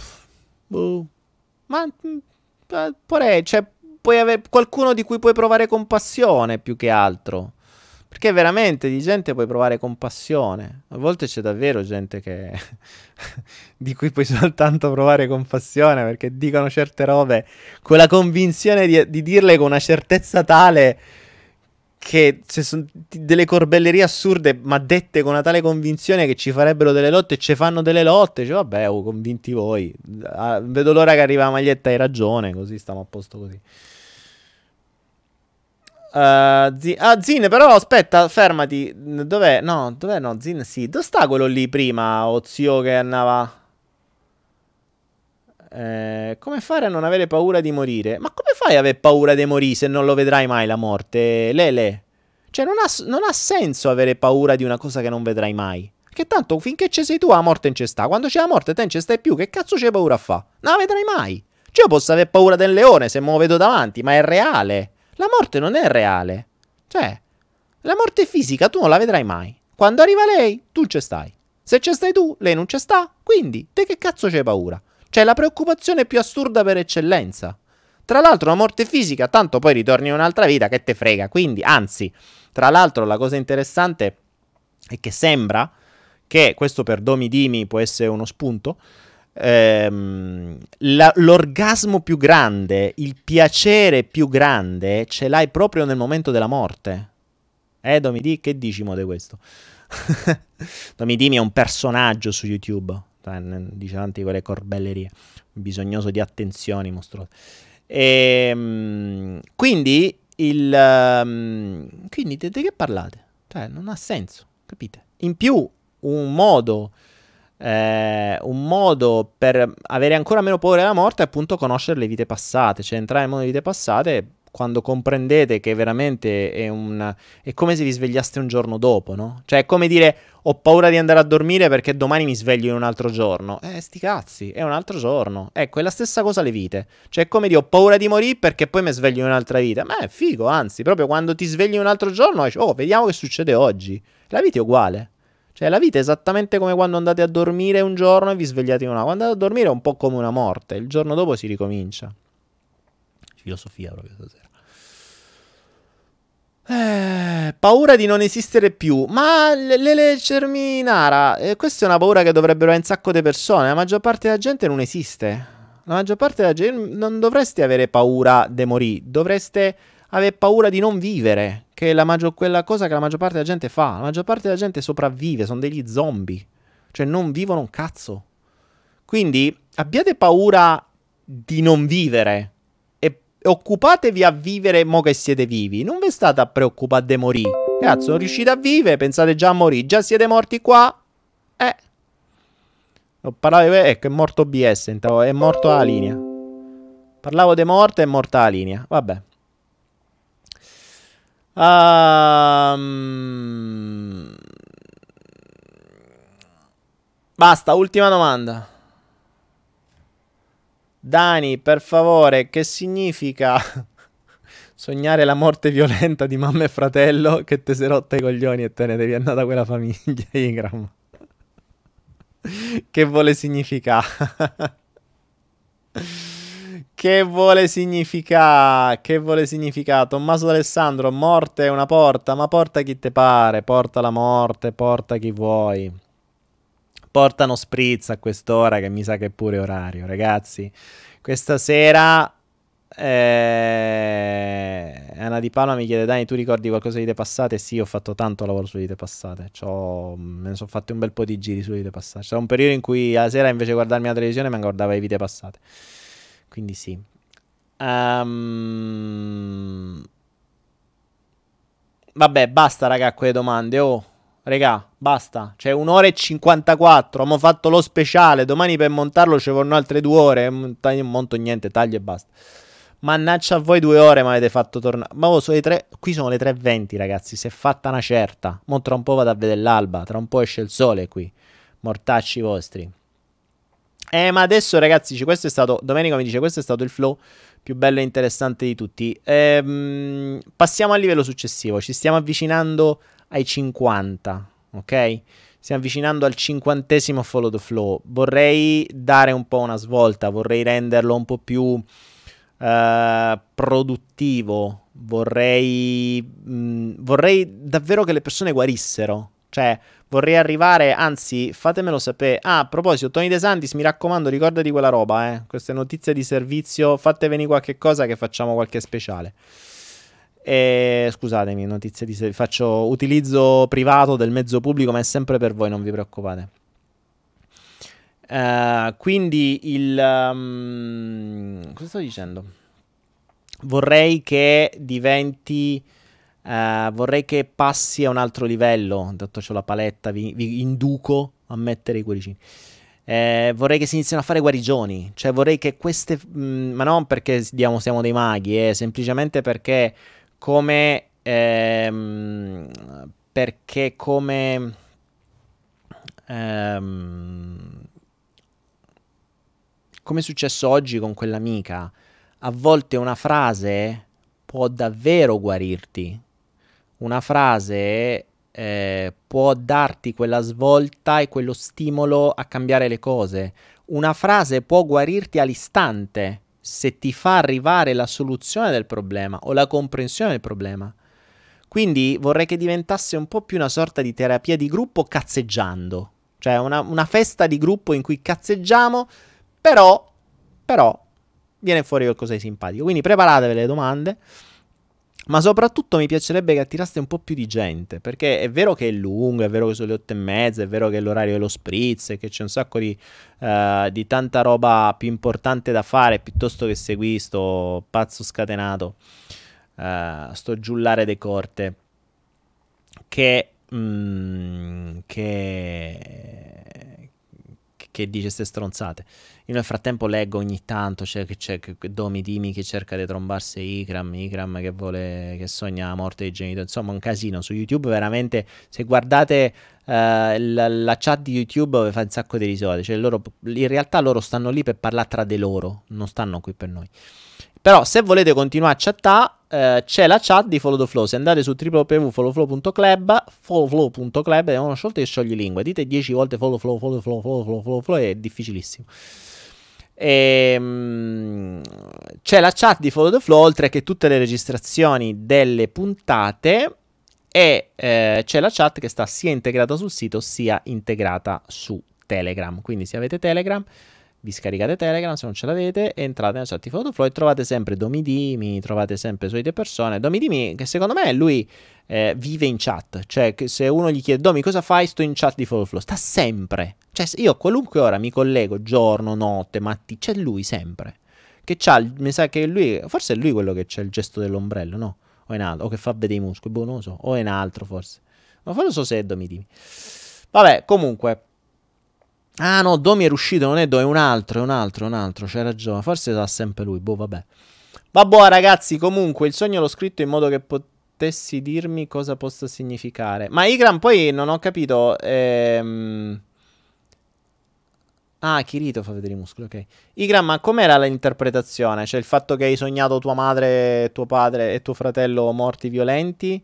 Ma cioè, puoi avere qualcuno di cui puoi provare compassione più che altro. Perché veramente di gente puoi provare compassione. A volte c'è davvero gente che di cui puoi soltanto provare compassione perché dicono certe robe con la convinzione di dirle con una certezza tale che se sono delle corbellerie assurde ma dette con una tale convinzione che ci farebbero delle lotte e ci fanno delle lotte, cioè vabbè, convinti voi. Vedo l'ora che arriva la maglietta, hai ragione, così stiamo a posto così. Zin, però aspetta, fermati. Dov'è? No, Zin sì. Dove sta quello lì prima, o zio che andava... come fare a non avere paura di morire? Ma come fai a avere paura di morire se non lo vedrai mai la morte? Lele. Cioè non ha senso avere paura di una cosa che non vedrai mai. Che tanto finché ci sei tu la morte non c'è sta. Quando c'è la morte te non ci stai più. Che cazzo c'hai paura a fa? Non la vedrai mai. Cioè io posso avere paura del leone se me lo vedo davanti, ma è reale. La morte non è reale. Cioè, la morte fisica tu non la vedrai mai. Quando arriva lei, tu ci stai. Se ci stai tu, lei non ci sta. Quindi, te che cazzo c'hai paura? Cioè, la preoccupazione più assurda per eccellenza. Tra l'altro, la morte fisica, tanto poi ritorni in un'altra vita che te frega. Quindi, anzi, Tra l'altro la cosa interessante è che sembra che, questo per Domi Dimi può essere uno spunto, l'orgasmo più grande, il piacere più grande ce l'hai proprio nel momento della morte. Domi Di, che dici mo di questo? Domi Dimi è un personaggio su YouTube, dice avanti quelle corbellerie, bisognoso di attenzioni mostruose. Quindi quindi di che parlate? Cioè, non ha senso, capite? In più, un modo per avere ancora meno paura della morte è appunto conoscere le vite passate, cioè entrare nel mondo delle vite passate quando comprendete che veramente è come se vi svegliaste un giorno dopo, no? Cioè è come dire ho paura di andare a dormire perché domani mi sveglio in un altro giorno. Sti cazzi, è un altro giorno. Ecco, è la stessa cosa le vite. Cioè è come dire ho paura di morire perché poi mi sveglio in un'altra vita. Ma è figo, anzi, proprio quando ti svegli in un altro giorno, vediamo che succede oggi. La vita è uguale. Cioè la vita è esattamente come quando andate a dormire un giorno e vi svegliate in una. Quando andate a dormire è un po' come una morte. Il giorno dopo si ricomincia. Filosofia proprio stasera. Paura di non esistere più. Ma Lele Cerminara, questa è una paura che dovrebbero avere un sacco di persone. La maggior parte della gente non esiste. La maggior parte della gente non dovreste avere paura di morire. Dovreste avere paura di non vivere. Che è quella cosa che la maggior parte della gente fa. La maggior parte della gente sopravvive. Sono degli zombie. Cioè non vivono un cazzo. Quindi abbiate paura di non vivere. Occupatevi a vivere mo che siete vivi. Non vi state a preoccupare di morire. Cazzo, non riuscite a vivere, pensate già a morire. Già siete morti qua. Ecco, è morto OBS, è morto la linea. Parlavo di morte, è morta la linea. Vabbè. Basta, ultima domanda. Dani, per favore, che significa sognare la morte violenta di mamma e fratello che te sei rotta i coglioni e te ne devi andare da quella famiglia, Ingram? Che vuole significare? Che vuole significare? Che vuole significare? Tommaso D'Alessandro, morte è una porta, ma porta chi te pare, porta la morte, porta chi vuoi. Portano spritz a quest'ora che mi sa che è pure orario, ragazzi. Questa sera Anna Di Palma mi chiede: Dani, tu ricordi qualcosa di vite passate? Sì, ho fatto tanto lavoro sulle vite passate. Me ne sono fatti un bel po' di giri sulle vite passate. C'era un periodo in cui la sera invece di guardarmi la televisione mi guardava le vite passate. Quindi sì. Vabbè, basta raga con le domande. Oh, regà, basta. C'è 1 ora e 54. Abbiamo fatto lo speciale. Domani per montarlo ci vogliono altre 2 ore. Non monto niente, taglio e basta. Mannaggia a voi 2 ore, ma avete fatto tornare. Ma sono le 3. Qui sono le 3:20, ragazzi. Si è fatta una certa. Mo tra un po' vado a vedere l'alba. Tra un po' esce il sole qui. Mortacci vostri. Ma adesso, ragazzi, questo è stato. Domenico mi dice: questo è stato il flow più bello e interessante di tutti. Passiamo al livello successivo. Ci stiamo avvicinando ai 50. Ok? Stiamo avvicinando al 50° follow the flow. Vorrei dare un po' una svolta. Vorrei renderlo un po' più produttivo. Vorrei davvero che le persone guarissero. Cioè, vorrei arrivare, anzi, fatemelo sapere. A proposito, Tony De Santis, mi raccomando, ricordati quella roba, Queste notizie di servizio, fate venire qualche cosa che facciamo qualche speciale. Scusatemi, notizie di servizio, faccio utilizzo privato del mezzo pubblico, ma è sempre per voi, non vi preoccupate. Quindi cosa sto dicendo? Vorrei che diventi... vorrei che passi a un altro livello. Intanto c'ho la paletta, vi induco a mettere i cuoricini. Vorrei che si iniziano a fare guarigioni. Cioè vorrei che queste... ma non perché siamo dei maghi, semplicemente perché come... perché come... come è successo oggi con quell'amica, a volte una frase può davvero guarirti. Una frase può darti quella svolta e quello stimolo a cambiare le cose. Una frase può guarirti all'istante se ti fa arrivare la soluzione del problema o la comprensione del problema. Quindi vorrei che diventasse un po' più una sorta di terapia di gruppo cazzeggiando. Cioè una festa di gruppo in cui cazzeggiamo, però viene fuori qualcosa di simpatico. Quindi preparatevi le domande. Ma soprattutto mi piacerebbe che attiraste un po' più di gente, perché è vero che è lungo, è vero che sono le 8:30, è vero che è l'orario dello spritz, e che c'è un sacco di tanta roba più importante da fare, piuttosto che seguire sto pazzo scatenato, sto giullare de corte, che dice ste stronzate. Io nel frattempo leggo ogni tanto che c'è Domi Dimi che cerca di trombarsi Ikram che sogna la morte dei genitori, insomma un casino su YouTube veramente. Se guardate la chat di YouTube fa un sacco di risate, cioè in realtà loro stanno lì per parlare tra di loro, non stanno qui per noi. Però se volete continuare a chattare, c'è la chat di Follow the Flow. Se andate su www.followflow.club, è una scelta che scioglie lingue. Dite 10 volte follow flow, è difficilissimo. C'è la chat di Follow the Flow, oltre che tutte le registrazioni delle puntate. E c'è la chat che sta sia integrata sul sito sia integrata su Telegram. Quindi se avete Telegram, vi scaricate Telegram, se non ce l'avete entrate nella chat di Follow the Flow e trovate sempre Domidimi, trovate sempre solite persone. Domidimi, che secondo me lui vive in chat, cioè che se uno gli chiede Domi cosa fai, sto in chat di Follow the Flow, sta sempre, cioè io a qualunque ora mi collego, giorno, notte, mattina, c'è lui sempre, che mi sa che lui, forse è lui quello che c'è il gesto dell'ombrello, no? O in altro, o che fa vedere i muscoli, boh, non lo so, o in altro forse, ma non so se è Domidimi. Vabbè, comunque. Ah no, Domi è uscito, non è Domi, è un altro, c'hai ragione, forse sarà sempre lui, boh, vabbè. Vabbè ragazzi, comunque il sogno l'ho scritto in modo che potessi dirmi cosa possa significare. Ma Ikram poi non ho capito, Ah, Kirito fa vedere i muscoli, ok. Ikram, ma com'era l'interpretazione? Cioè il fatto che hai sognato tua madre, tuo padre e tuo fratello morti violenti?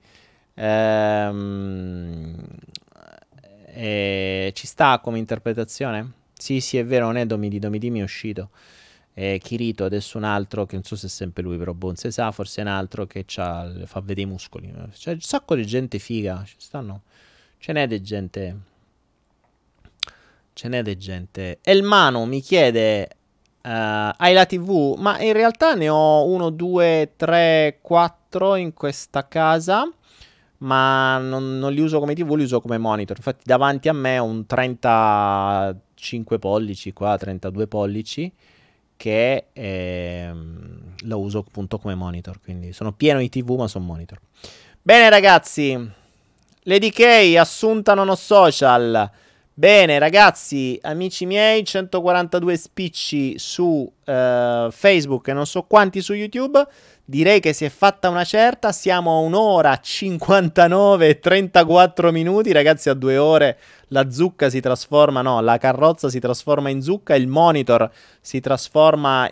Ci sta come interpretazione? Sì, sì, è vero, non è Domidimi è uscito. Kirito, adesso un altro, che non so se è sempre lui, però buon se sa, forse è un altro che fa vedere i muscoli. C'è un sacco di gente figa, ce n'è di gente... Ce n'è di gente. Elmano mi chiede: hai la TV? Ma in realtà ne ho 1, 2, 3, 4 in questa casa. Ma non li uso come TV, li uso come monitor. Infatti, davanti a me ho un 35 pollici, qua 32 pollici, che lo uso appunto come monitor. Quindi sono pieno di TV, ma sono monitor. Bene, ragazzi. Lady K, assunta non ho social. Bene ragazzi, amici miei, 142 spicci su Facebook e non so quanti su YouTube. Direi che si è fatta una certa, siamo a 1 ora 59 e 34 minuti, ragazzi, a 2 ore la zucca si trasforma, no, la carrozza si trasforma in zucca, il monitor si trasforma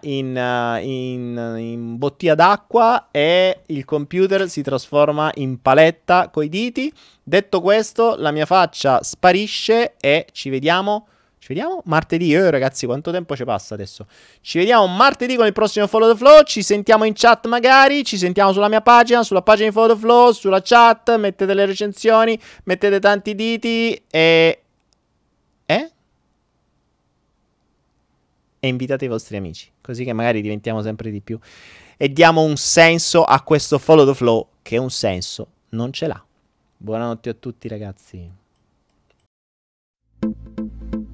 in bottiglia d'acqua e il computer si trasforma in paletta coi diti. Detto questo, la mia faccia sparisce e ci vediamo martedì. Ragazzi, quanto tempo ci passa adesso? Ci vediamo martedì con il prossimo Follow the Flow. Ci sentiamo in chat magari. Ci sentiamo sulla mia pagina, sulla pagina di Follow the Flow, sulla chat. Mettete le recensioni, mettete tanti diti e invitate i vostri amici, così che magari diventiamo sempre di più e diamo un senso a questo Follow the Flow che un senso non ce l'ha. Buonanotte a tutti ragazzi.